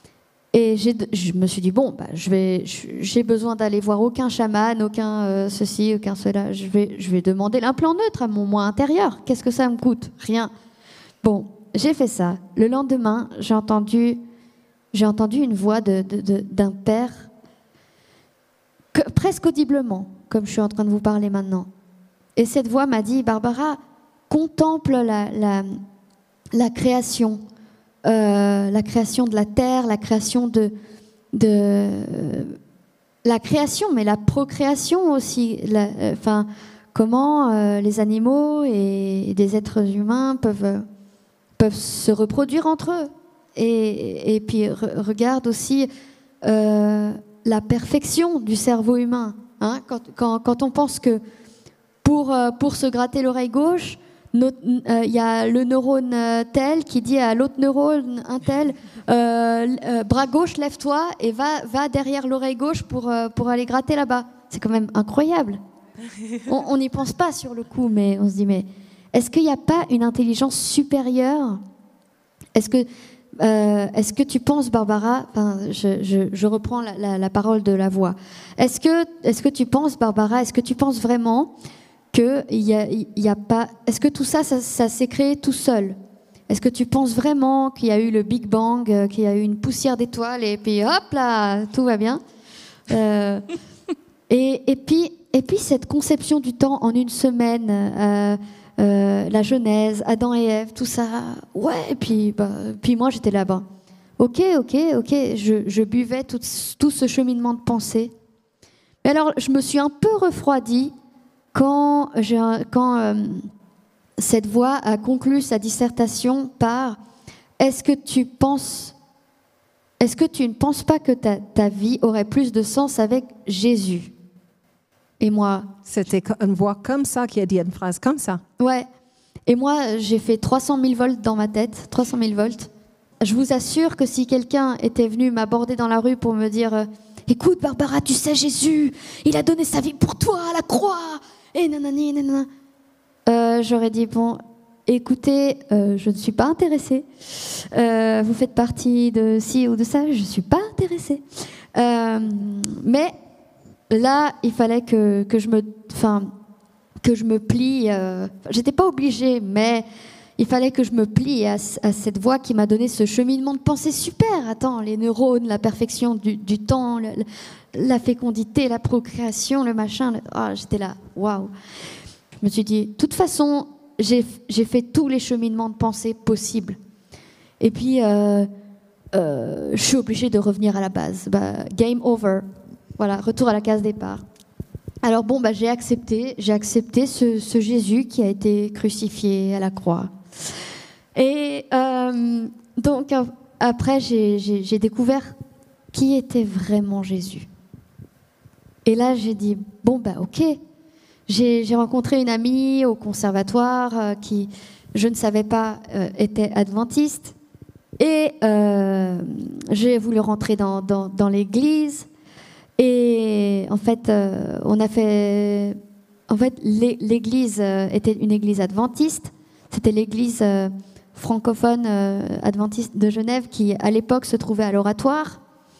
Et j'ai, je me suis dit, bon, bah, je vais, j'ai besoin d'aller voir aucun chaman, aucun euh, ceci, aucun cela. Je vais, je vais demander l'implant neutre à mon moi intérieur. Qu'est-ce que ça me coûte ? Rien. Bon, j'ai fait ça. Le lendemain, j'ai entendu... j'ai entendu une voix de, de, de, d'un père, que, presque audiblement, comme je suis en train de vous parler maintenant. Et cette voix m'a dit, Barbara, contemple la, la, la création, euh, la création de la terre, la création de, de euh, la création, mais la procréation aussi. La, euh, enfin, comment euh, les animaux et, et des êtres humains peuvent peuvent se reproduire entre eux. Et, et puis re, regarde aussi euh, la perfection du cerveau humain. Hein, quand, quand, quand on pense que pour, euh, pour se gratter l'oreille gauche, il euh, y a le neurone euh, tel qui dit à l'autre neurone un tel, euh, euh, bras gauche, lève-toi et va, va derrière l'oreille gauche pour, euh, pour aller gratter là-bas. C'est quand même incroyable. On n'y pense pas sur le coup, mais on se dit, mais est-ce qu'il n'y a pas une intelligence supérieure? Est-ce que, euh, est-ce que tu penses, Barbara, enfin, je, je, je reprends la, la, la parole de la voix, est-ce que, est-ce que tu penses, Barbara, est-ce que tu penses vraiment qu'il y a, il y a pas, est-ce que tout ça, ça, ça s'est créé tout seul? Est-ce que tu penses vraiment qu'il y a eu le Big Bang, euh, qu'il y a eu une poussière d'étoiles et puis hop là, tout va bien? euh, et, et, puis, et puis cette conception du temps en une semaine, euh, euh, la Genèse, Adam et Ève, tout ça, ouais, et puis, bah, puis moi j'étais là-bas. Ok, ok, ok, je, je buvais tout, tout ce cheminement de pensée. Mais alors je me suis un peu refroidie quand, j'ai, quand euh, cette voix a conclu sa dissertation par « Est-ce que tu penses, est-ce que tu ne penses pas que ta, ta vie aurait plus de sens avec Jésus ?» Et moi... C'était une voix comme ça qui a dit une phrase comme ça. Ouais. Et moi, j'ai fait trois cent mille volts dans ma tête, trois cent mille volts. Je vous assure que si quelqu'un était venu m'aborder dans la rue pour me dire « Écoute, Barbara, tu sais, Jésus, il a donné sa vie pour toi à la croix !» Et nanani, nanana. Euh, j'aurais dit, bon, écoutez, euh, je ne suis pas intéressée. Euh, vous faites partie de ci ou de ça, je ne suis pas intéressée. Euh, mais là, il fallait que, que, je, me, que je me plie. Euh, j'étais pas obligée, mais il fallait que je me plie à, à cette voix qui m'a donné ce cheminement de pensée super. Attends, les neurones, la perfection du, du temps, le, la fécondité, la procréation, le machin. Le... Oh, j'étais là, waouh. Je me suis dit, de toute façon, j'ai, j'ai fait tous les cheminements de pensée possibles. Et puis, euh, euh, je suis obligée de revenir à la base. Bah, game over. Voilà, retour à la case départ. Alors bon, bah, j'ai accepté, j'ai accepté ce, ce Jésus qui a été crucifié à la croix. Et euh, donc, après, j'ai, j'ai, j'ai découvert qui était vraiment Jésus. Et là, j'ai dit, bon, bah ok. J'ai, j'ai rencontré une amie au conservatoire euh, qui, je ne savais pas, euh, était adventiste. Et euh, j'ai voulu rentrer dans, dans, dans l'église. Et en fait, euh, on a fait... En fait, l'église euh, était une église adventiste. C'était l'église euh, francophone euh, adventiste de Genève qui, à l'époque, se trouvait à l'Oratoire.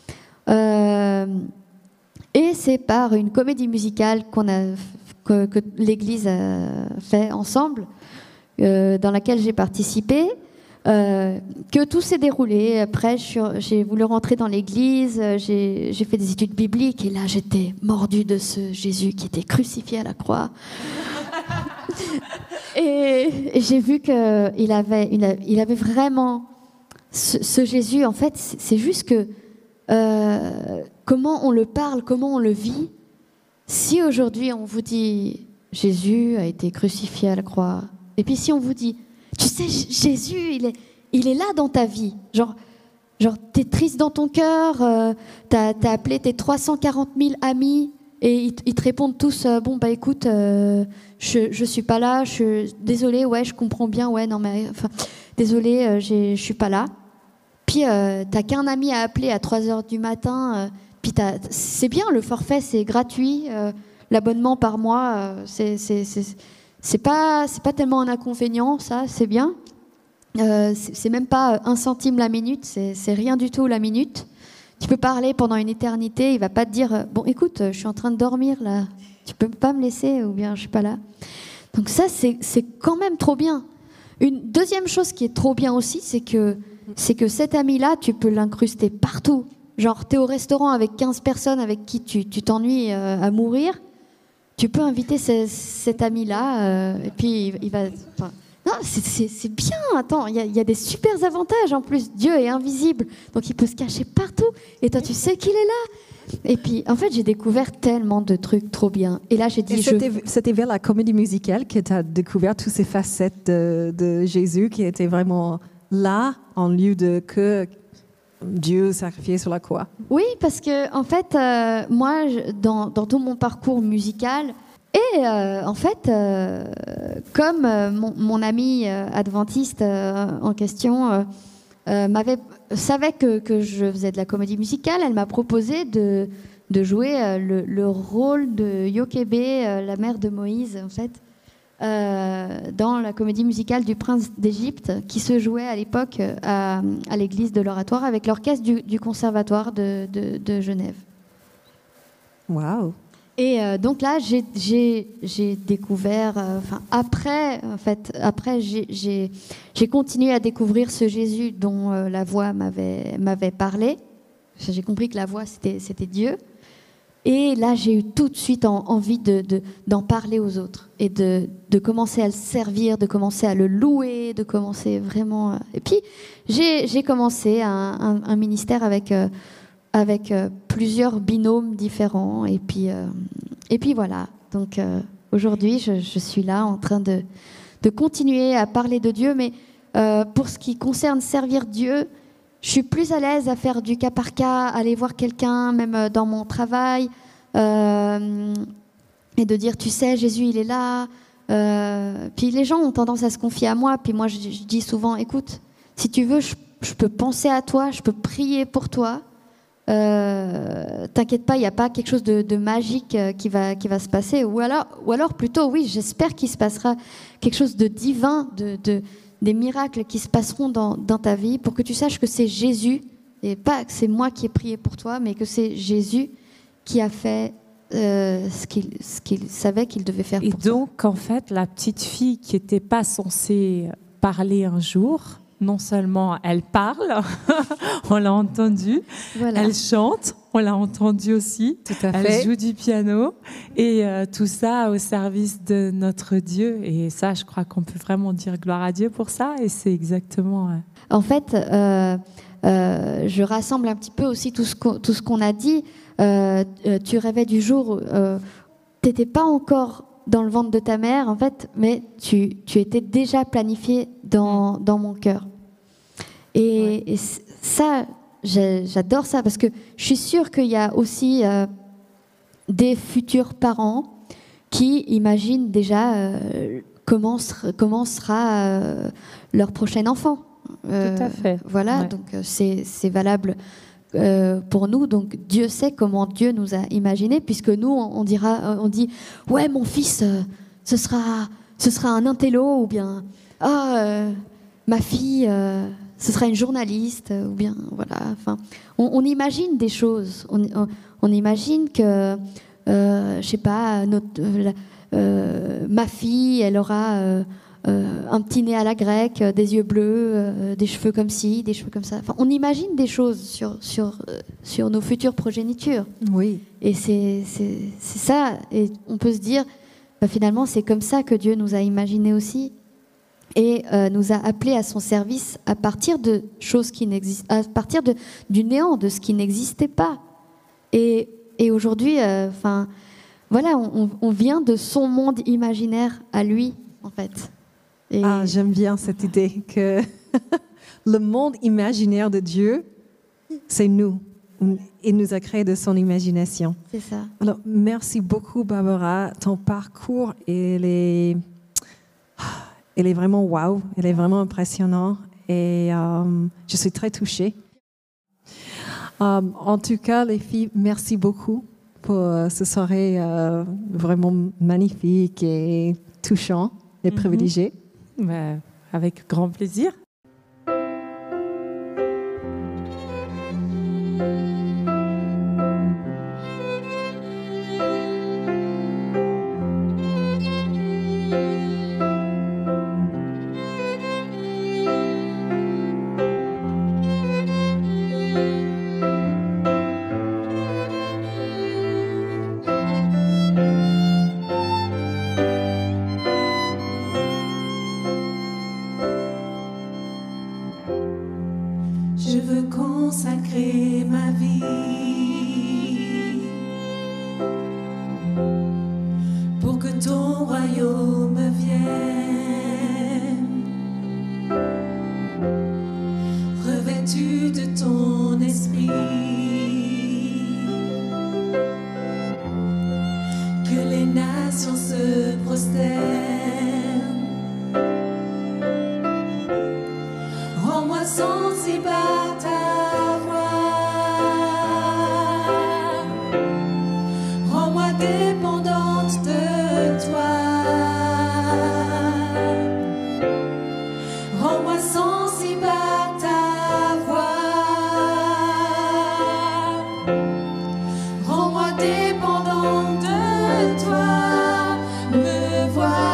Euh, et c'est par une comédie musicale qu'on a... Que, que l'Église a fait ensemble, euh, dans laquelle j'ai participé, euh, que tout s'est déroulé. Après, je suis, j'ai voulu rentrer dans l'Église, j'ai, j'ai fait des études bibliques, et là, j'étais mordue de ce Jésus qui était crucifié à la croix. et, et j'ai vu qu'il avait, une, il avait vraiment... Ce, ce Jésus, en fait, c'est, c'est juste que... Euh, comment on le parle, comment on le vit. Si aujourd'hui on vous dit Jésus a été crucifié à la croix, et puis si on vous dit, tu sais, Jésus, il est, il est là dans ta vie, genre, genre t'es triste dans ton cœur, euh, t'as, t'as appelé tes trois cent quarante mille amis, et ils, ils te répondent tous, euh, bon bah écoute, euh, je, je suis pas là, je, désolé, ouais, je comprends bien, ouais, non mais, enfin, désolé, euh, j'ai, je suis pas là. Puis euh, t'as qu'un ami à appeler à trois heures du matin. Euh, Puis c'est bien, le forfait, c'est gratuit. Euh, l'abonnement par mois, euh, c'est, c'est, c'est, c'est, pas, c'est pas tellement un inconvénient, ça, c'est bien. Euh, c'est, c'est même pas un centime la minute, c'est, c'est rien du tout la minute. Tu peux parler pendant une éternité, il va pas te dire « Bon, écoute, je suis en train de dormir, là. Tu peux pas me laisser ?» ou bien « Je suis pas là. » Donc ça, c'est, c'est quand même trop bien. Une deuxième chose qui est trop bien aussi, c'est que c'est que cet ami-là, tu peux l'incruster partout. Genre, tu es au restaurant avec quinze personnes avec qui tu tu t'ennuies euh, à mourir. Tu peux inviter ce- cet ami-là, euh, et puis il, il va... enfin, non, c'est- c'est c'est bien, attends, il y, a- il y a des super avantages en plus. Dieu est invisible, donc il peut se cacher partout. Et toi, tu sais qu'il est là. Et puis, en fait, j'ai découvert tellement de trucs trop bien. Et là, j'ai Et dit... je- c'était, c'était vers la comédie musicale que tu as découvert toutes ces facettes de, de Jésus qui étaient vraiment là, en lieu de que Dieu sacrifié sur la croix. Oui, parce que en fait, euh, moi, je- dans, dans tout mon parcours musical, et euh, en fait, euh, comme euh, mon, mon ami euh, adventiste euh, en question euh, euh, m'avait savait que, que je faisais de la comédie musicale, elle m'a proposé de, de jouer euh, le, le rôle de Yokébé, euh, la mère de Moïse, en fait, euh, dans la comédie musicale du Prince d'Égypte, qui se jouait à l'époque euh, à, à l'église de l'Oratoire avec l'orchestre du, du Conservatoire de, de, de Genève. Waouh! Et euh, donc là, j'ai, j'ai, j'ai découvert, euh, enfin après, en fait, après, j'ai, j'ai, j'ai continué à découvrir ce Jésus dont euh, la voix m'avait, m'avait parlé. J'ai compris que la voix, c'était, c'était Dieu. Et là, j'ai eu tout de suite en- envie de, de- d'en parler aux autres et de, de commencer à le servir, de commencer à le louer, de commencer vraiment. euh, Et puis, j'ai, j'ai commencé un, un- un ministère avec, euh, avec euh, plusieurs binômes différents. Et puis, euh, et puis voilà. Donc, euh, aujourd'hui, je, je suis là en train de, de continuer à parler de Dieu. Mais euh, pour ce qui concerne servir Dieu, je suis plus à l'aise à faire du cas par cas, aller voir quelqu'un, même euh, dans mon travail, euh, et de dire, tu sais, Jésus, il est là. Euh, puis les gens ont tendance à se confier à moi. Puis moi, je, je dis souvent, écoute, si tu veux, je, je peux penser à toi, je peux prier pour toi. Euh, t'inquiète pas, il n'y a pas quelque chose de, de magique euh, qui va, qui va se passer. Ou alors, ou alors plutôt, oui, j'espère qu'il se passera quelque chose de divin, de, de, des miracles qui se passeront dans, dans ta vie pour que tu saches que c'est Jésus, et pas que c'est moi qui ai prié pour toi, mais que c'est Jésus qui a fait euh, ce qu'il ce qu'il savait qu'il devait faire Et pour toi. donc, en fait, la petite fille qui n'était pas censée parler un jour, non seulement elle parle, on l'a entendu, Voilà. elle chante, on l'a entendu aussi, Tout à elle fait. joue du piano, et euh, tout ça au service de notre Dieu. Et ça, je crois qu'on peut vraiment dire gloire à Dieu pour ça, et c'est exactement... euh, En fait, euh, euh, je rassemble un petit peu aussi tout ce qu'on, tout ce qu'on a dit. Euh, euh, tu rêvais du jour où euh, tu n'étais pas encore dans le ventre de ta mère, en fait, mais tu, tu étais déjà planifié dans, dans mon cœur. Et, Ouais. et c- ça, j'ai- j'adore ça, parce que je suis sûre qu'il y a aussi euh, des futurs parents qui imaginent déjà euh, comment, ser- comment sera euh, leur prochain enfant. Euh, Tout à fait. Voilà, Ouais. donc euh, c'est c'est valable euh, pour nous. Donc Dieu sait comment Dieu nous a imaginés, puisque nous on, on dira, on dit, ouais, mon fils, euh, ce sera, ce sera un intello, ou bien ah, euh, ma fille, euh, ce sera une journaliste, ou bien voilà. Enfin, on, on imagine des choses. On, on, on imagine que, euh, je sais pas, notre, euh, la- euh, ma fille, elle aura euh, euh, un petit nez à la grecque, euh, des yeux bleus, euh, des cheveux comme ci, des cheveux comme ça. Enfin, on imagine des choses sur, sur, euh, sur nos futures progénitures. Oui. Et c'est c'est- c'est ça. Et on peut se dire, bah, finalement, c'est comme ça que Dieu nous a imaginés aussi. Et euh, nous a appelés à son service à partir de choses qui n'existent, à partir de, du néant, de ce qui n'existait pas. Et, et aujourd'hui, enfin, voilà, on, on vient de son monde imaginaire à lui, en fait. Et Ah, j'aime bien cette idée que le monde imaginaire de Dieu, c'est nous. Il nous a créé de son imagination. c'est ça. Alors, merci beaucoup, Barbara. Ton parcours, il est, il est vraiment wow. Il est vraiment impressionnant. Et euh, je suis très touchée. Euh, en tout cas, les filles, merci beaucoup pour euh, ce soirée euh, vraiment magnifique et touchant et Mhm. privilégié. bah, avec grand plaisir. prosterne. Rends-moi sensible à ta voix. Rends-moi dépendante de toi. Rends-moi sensible à ta voix. Rends-moi dépendante de toi. Me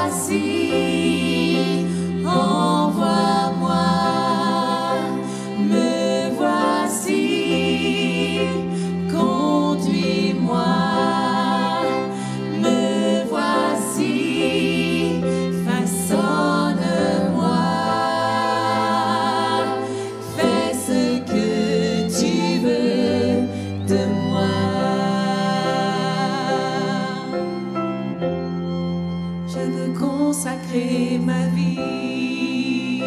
voici, envoie-moi. Me voici, conduis-moi. Me voici, façonne-moi. Fais ce que tu veux de moi. Je veux consacrer ma vie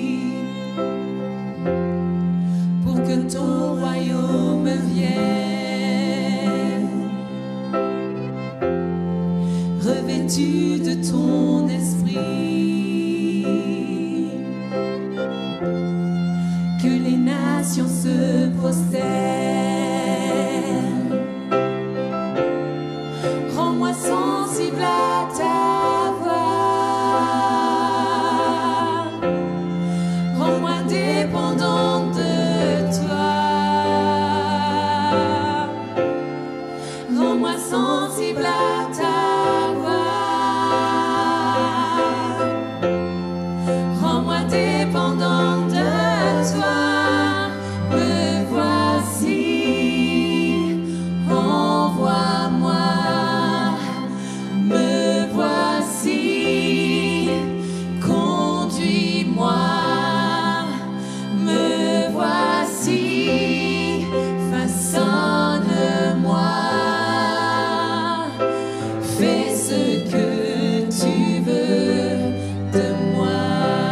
pour que ton royaume vienne, revêtu de ton esprit, que les nations se prosternent. Rends-moi sensible à ta voix. Rends-moi dépendante de toi. Rends-moi sensible à ta voix. Rends-moi dépendante de toi. Me voici, envoie-moi. Me voici, conduis-moi. Me voici, façonne-moi. Fais ce que tu veux de moi.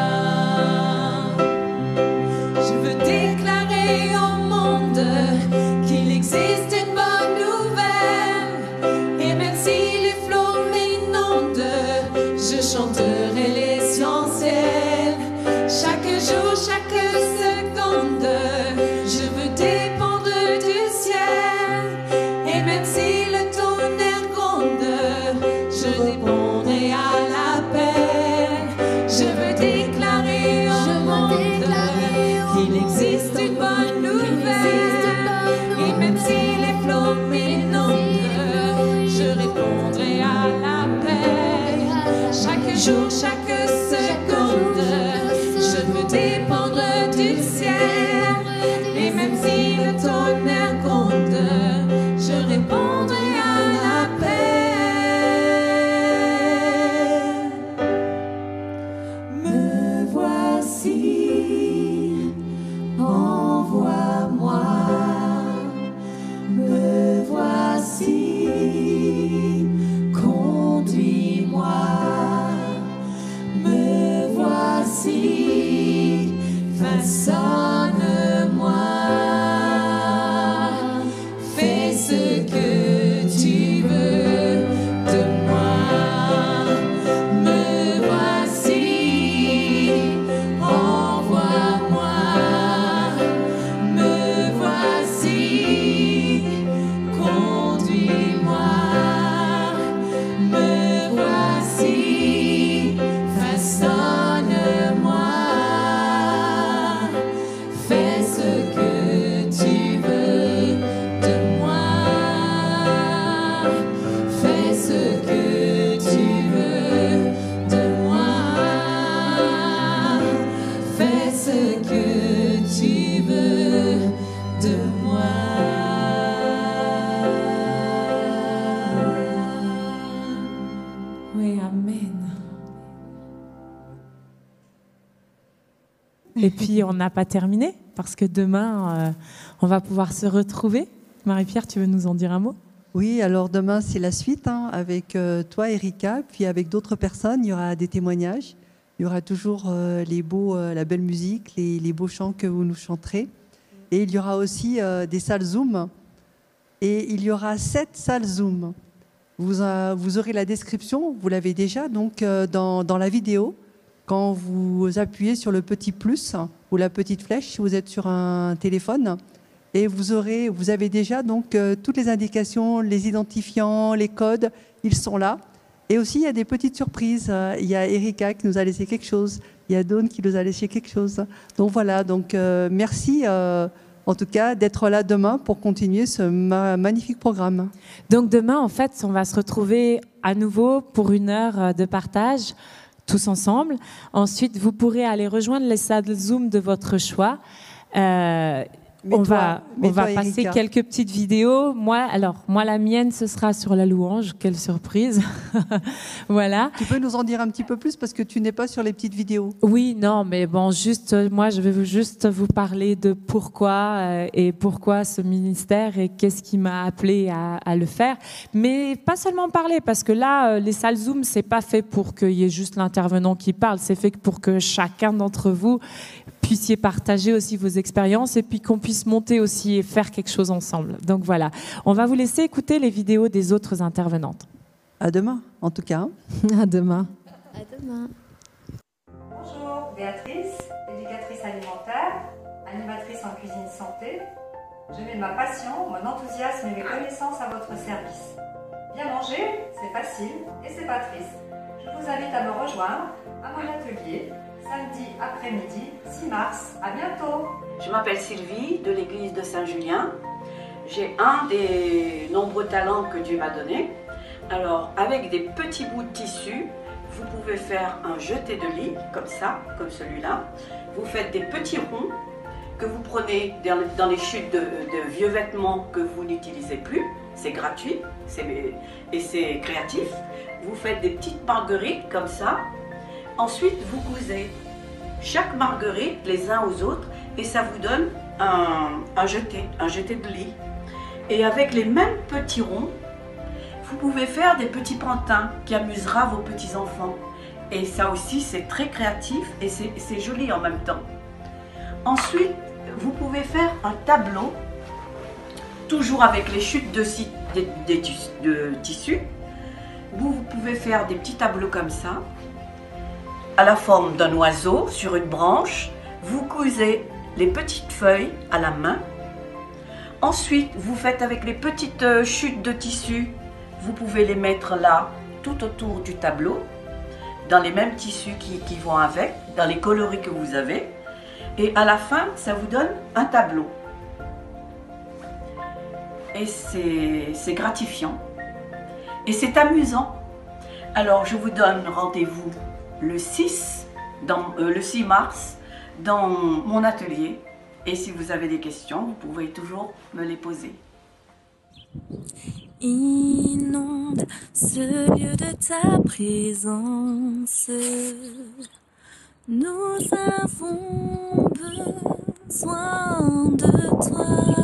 Je veux déclarer au monde qu'il existe une bonne nouvelle. Et même si les flots m'inondent, je chanterai l'essentiel. Chaque jour, chaque seconde, je veux dépendre du ciel. Et même si le tonnerre gronde, je répondrai à l'appel. Je veux déclarer au monde qu'il existe une bonne nouvelle. Et même si les flots m'inondent, je répondrai à l'appel. Chaque jour, chaque seconde, je veux dépendre du ciel. Et même si le tonnerre gronde, je répondrai à l'appel. Me voici, envoie-moi. Me voici, conduis-moi. Me voici, façonne-moi. Fais ce que tu veux de moi. Me voici, envoie-moi. Me voici, conduis-moi. Me voici, façonne-moi. Fais ce que tu veux de moi. Fais ce que tu veux de moi. Fais ce que tu veux de moi. Oui, amen. Et puis, on n'a pas terminé, parce que demain, euh, on va pouvoir se retrouver. Marie-Pierre, tu veux nous en dire un mot? Oui, alors demain, c'est la suite, hein, avec euh, toi, Erika, puis avec d'autres personnes. Il y aura des témoignages. Il y aura toujours euh, les beaux, euh, la belle musique, les, les beaux chants que vous nous chanterez. Et il y aura aussi euh, des salles Zoom. Et il y aura sept salles Zoom. Vous, euh, vous aurez la description, vous l'avez déjà, donc euh, dans, dans la vidéo, quand vous appuyez sur le petit plus ou la petite flèche, si vous êtes sur un téléphone, et vous, aurez, vous avez déjà donc euh, toutes les indications, les identifiants, les codes, ils sont là. Et aussi, il y a des petites surprises. Il y a Erika qui nous a laissé quelque chose. Il y a Dawn qui nous a laissé quelque chose. Donc voilà, donc euh, merci euh, en tout cas d'être là demain pour continuer ce ma magnifique programme. Donc demain, en fait, on va se retrouver à nouveau pour une heure de partage, tous ensemble. Ensuite, vous pourrez aller rejoindre les salles Zoom de votre choix. Euh, Mais on toi, va, mais on va toi, passer Erika. quelques petites vidéos. Moi, alors, moi, la mienne, ce sera sur la louange. Quelle surprise. Voilà. Tu peux nous en dire un petit peu plus parce que tu n'es pas sur les petites vidéos. Oui, non, mais bon, juste, euh, moi, je vais vous- juste vous parler de pourquoi euh, et pourquoi ce ministère et qu'est-ce qui m'a appelé à, à le faire. Mais pas seulement parler, parce que là, euh, les salles Zoom, c'est pas fait pour qu'il y ait juste l'intervenant qui parle, c'est fait pour que chacun d'entre vous puissiez partager aussi vos expériences et puis qu'on puisse monter aussi et faire quelque chose ensemble. Donc voilà, on va vous laisser écouter les vidéos des autres intervenantes. À demain, en tout cas. À demain. À demain. Bonjour, Béatrice, éducatrice alimentaire, animatrice en cuisine santé. Je mets ma passion, mon enthousiasme et mes connaissances à votre service. Bien manger, c'est facile et c'est pas triste. Je vous invite à me rejoindre à mon atelier, samedi après-midi, six mars. À bientôt. Je m'appelle Sylvie de l'église de Saint-Julien. J'ai un des nombreux talents que Dieu m'a donné. Alors, avec des petits bouts de tissu, vous pouvez faire un jeté de lit, comme ça, comme celui-là. Vous faites des petits ronds que vous prenez dans les- dans les chutes de, de vieux vêtements que vous n'utilisez plus. C'est gratuit c'est- et c'est créatif. Vous faites des petites marguerites comme ça. Ensuite, vous cousez chaque marguerite les uns aux autres et ça vous donne un, un jeté, un jeté de lit. Et avec les mêmes petits ronds, vous pouvez faire des petits pantins qui amusera vos petits-enfants. Et ça aussi, c'est très créatif et c'est c'est joli en même temps. Ensuite, vous pouvez faire un tableau, toujours avec les chutes de, si- des- des tis- de tissu. Vous, vous pouvez faire des petits tableaux comme ça, à la forme d'un oiseau sur une branche. Vous cousez les petites feuilles à la main. Ensuite, vous faites avec les petites euh, chutes de tissu, vous pouvez les mettre là, tout autour du tableau, dans les mêmes tissus qui, qui vont avec, dans les coloris que vous avez. Et à la fin, ça vous donne un tableau. Et c'est c'est gratifiant. Et c'est amusant. Alors, je vous donne rendez-vous le six, dans, euh, le six mars dans mon atelier. Et si vous avez des questions, vous pouvez toujours me les poser. Inonde ce lieu de ta présence. Nous avons besoin de toi.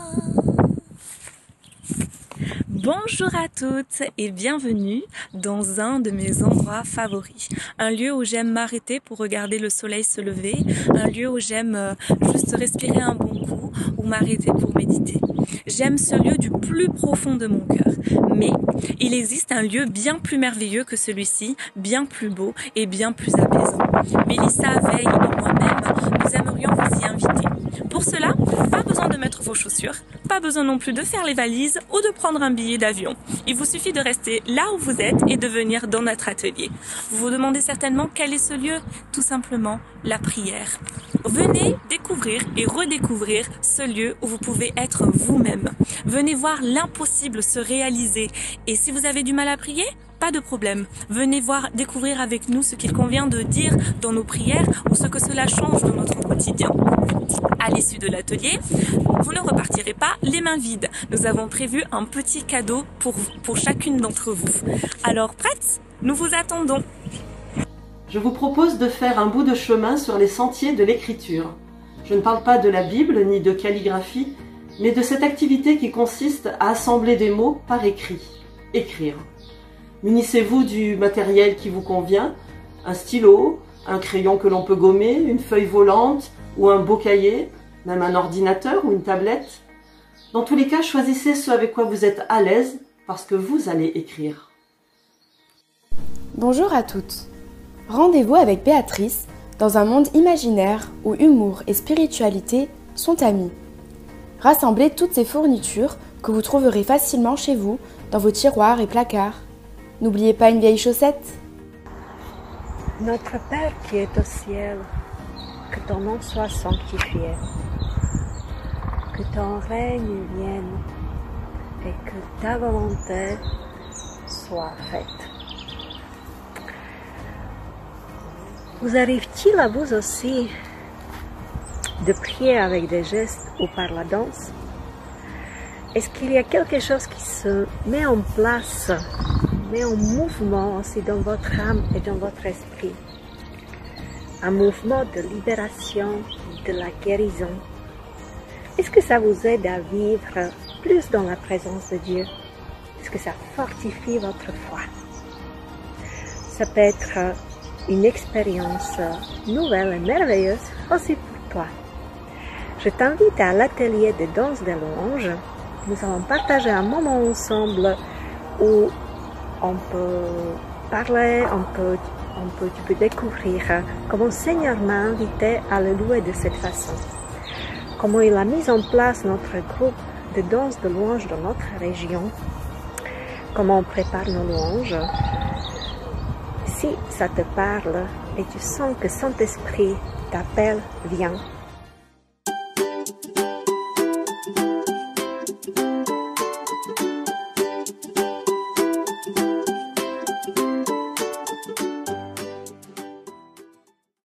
Bonjour à toutes et bienvenue dans un de mes endroits favoris. Un lieu où j'aime m'arrêter pour regarder le soleil se lever. Un lieu où j'aime euh, juste respirer un bon coup ou m'arrêter pour méditer. J'aime ce lieu du plus profond de mon cœur. Mais il existe un lieu bien plus merveilleux que celui-ci, bien plus beau et bien plus apaisant. Mélissa, Veille et moi-même, nous aimerions vous y inviter. Pour cela, pas besoin de mettre vos chaussures, pas besoin non plus de faire les valises ou de prendre un billet d'avion. Il vous suffit de rester là où vous êtes et de venir dans notre atelier. Vous vous demandez certainement quel est ce lieu? Tout simplement la prière. Venez découvrir et redécouvrir ce lieu où vous pouvez être vous-même. Venez voir l'impossible se réaliser. Et si vous avez du mal à prier, pas de problème. Venez voir, découvrir avec nous ce qu'il convient de dire dans nos prières ou ce que cela change dans notre quotidien. À l'issue de l'atelier, vous ne repartirez pas les mains vides. Nous avons prévu un petit cadeau pour, pour chacune d'entre vous. Alors, prêtes? Nous vous attendons. Je vous propose de faire un bout de chemin sur les sentiers de l'écriture. Je ne parle pas de la Bible ni de calligraphie, mais de cette activité qui consiste à assembler des mots par écrit. Écrire. Munissez-vous du matériel qui vous convient, un stylo, un crayon que l'on peut gommer, une feuille volante ou un beau cahier, même un ordinateur ou une tablette. Dans tous les cas, choisissez ce avec quoi vous êtes à l'aise parce que vous allez écrire. Bonjour à toutes. Rendez-vous avec Béatrice dans un monde imaginaire où humour et spiritualité sont amis. Rassemblez toutes ces fournitures que vous trouverez facilement chez vous, dans vos tiroirs et placards. N'oubliez pas une vieille chaussette. Notre Père qui est au ciel, que ton nom soit sanctifié, que ton règne vienne et que ta volonté soit faite. Vous arrive-t-il à vous aussi de prier avec des gestes ou par la danse? Est-ce qu'il y a quelque chose qui se met en place, met en mouvement aussi dans votre âme et dans votre esprit? Un mouvement de libération, de la guérison. Est-ce que ça vous aide à vivre plus dans la présence de Dieu? Est-ce que ça fortifie votre foi? Ça peut être une expérience nouvelle et merveilleuse aussi pour toi. Je t'invite à l'atelier de danse des louanges. Nous allons partager un moment ensemble où on peut parler, on peut, on peut, tu peux découvrir comment le Seigneur m'a invité à le louer de cette façon. Comment il a mis en place notre groupe de danse de louanges dans notre région. Comment on prépare nos louanges. Si ça te parle et tu sens que Saint-Esprit t'appelle, viens.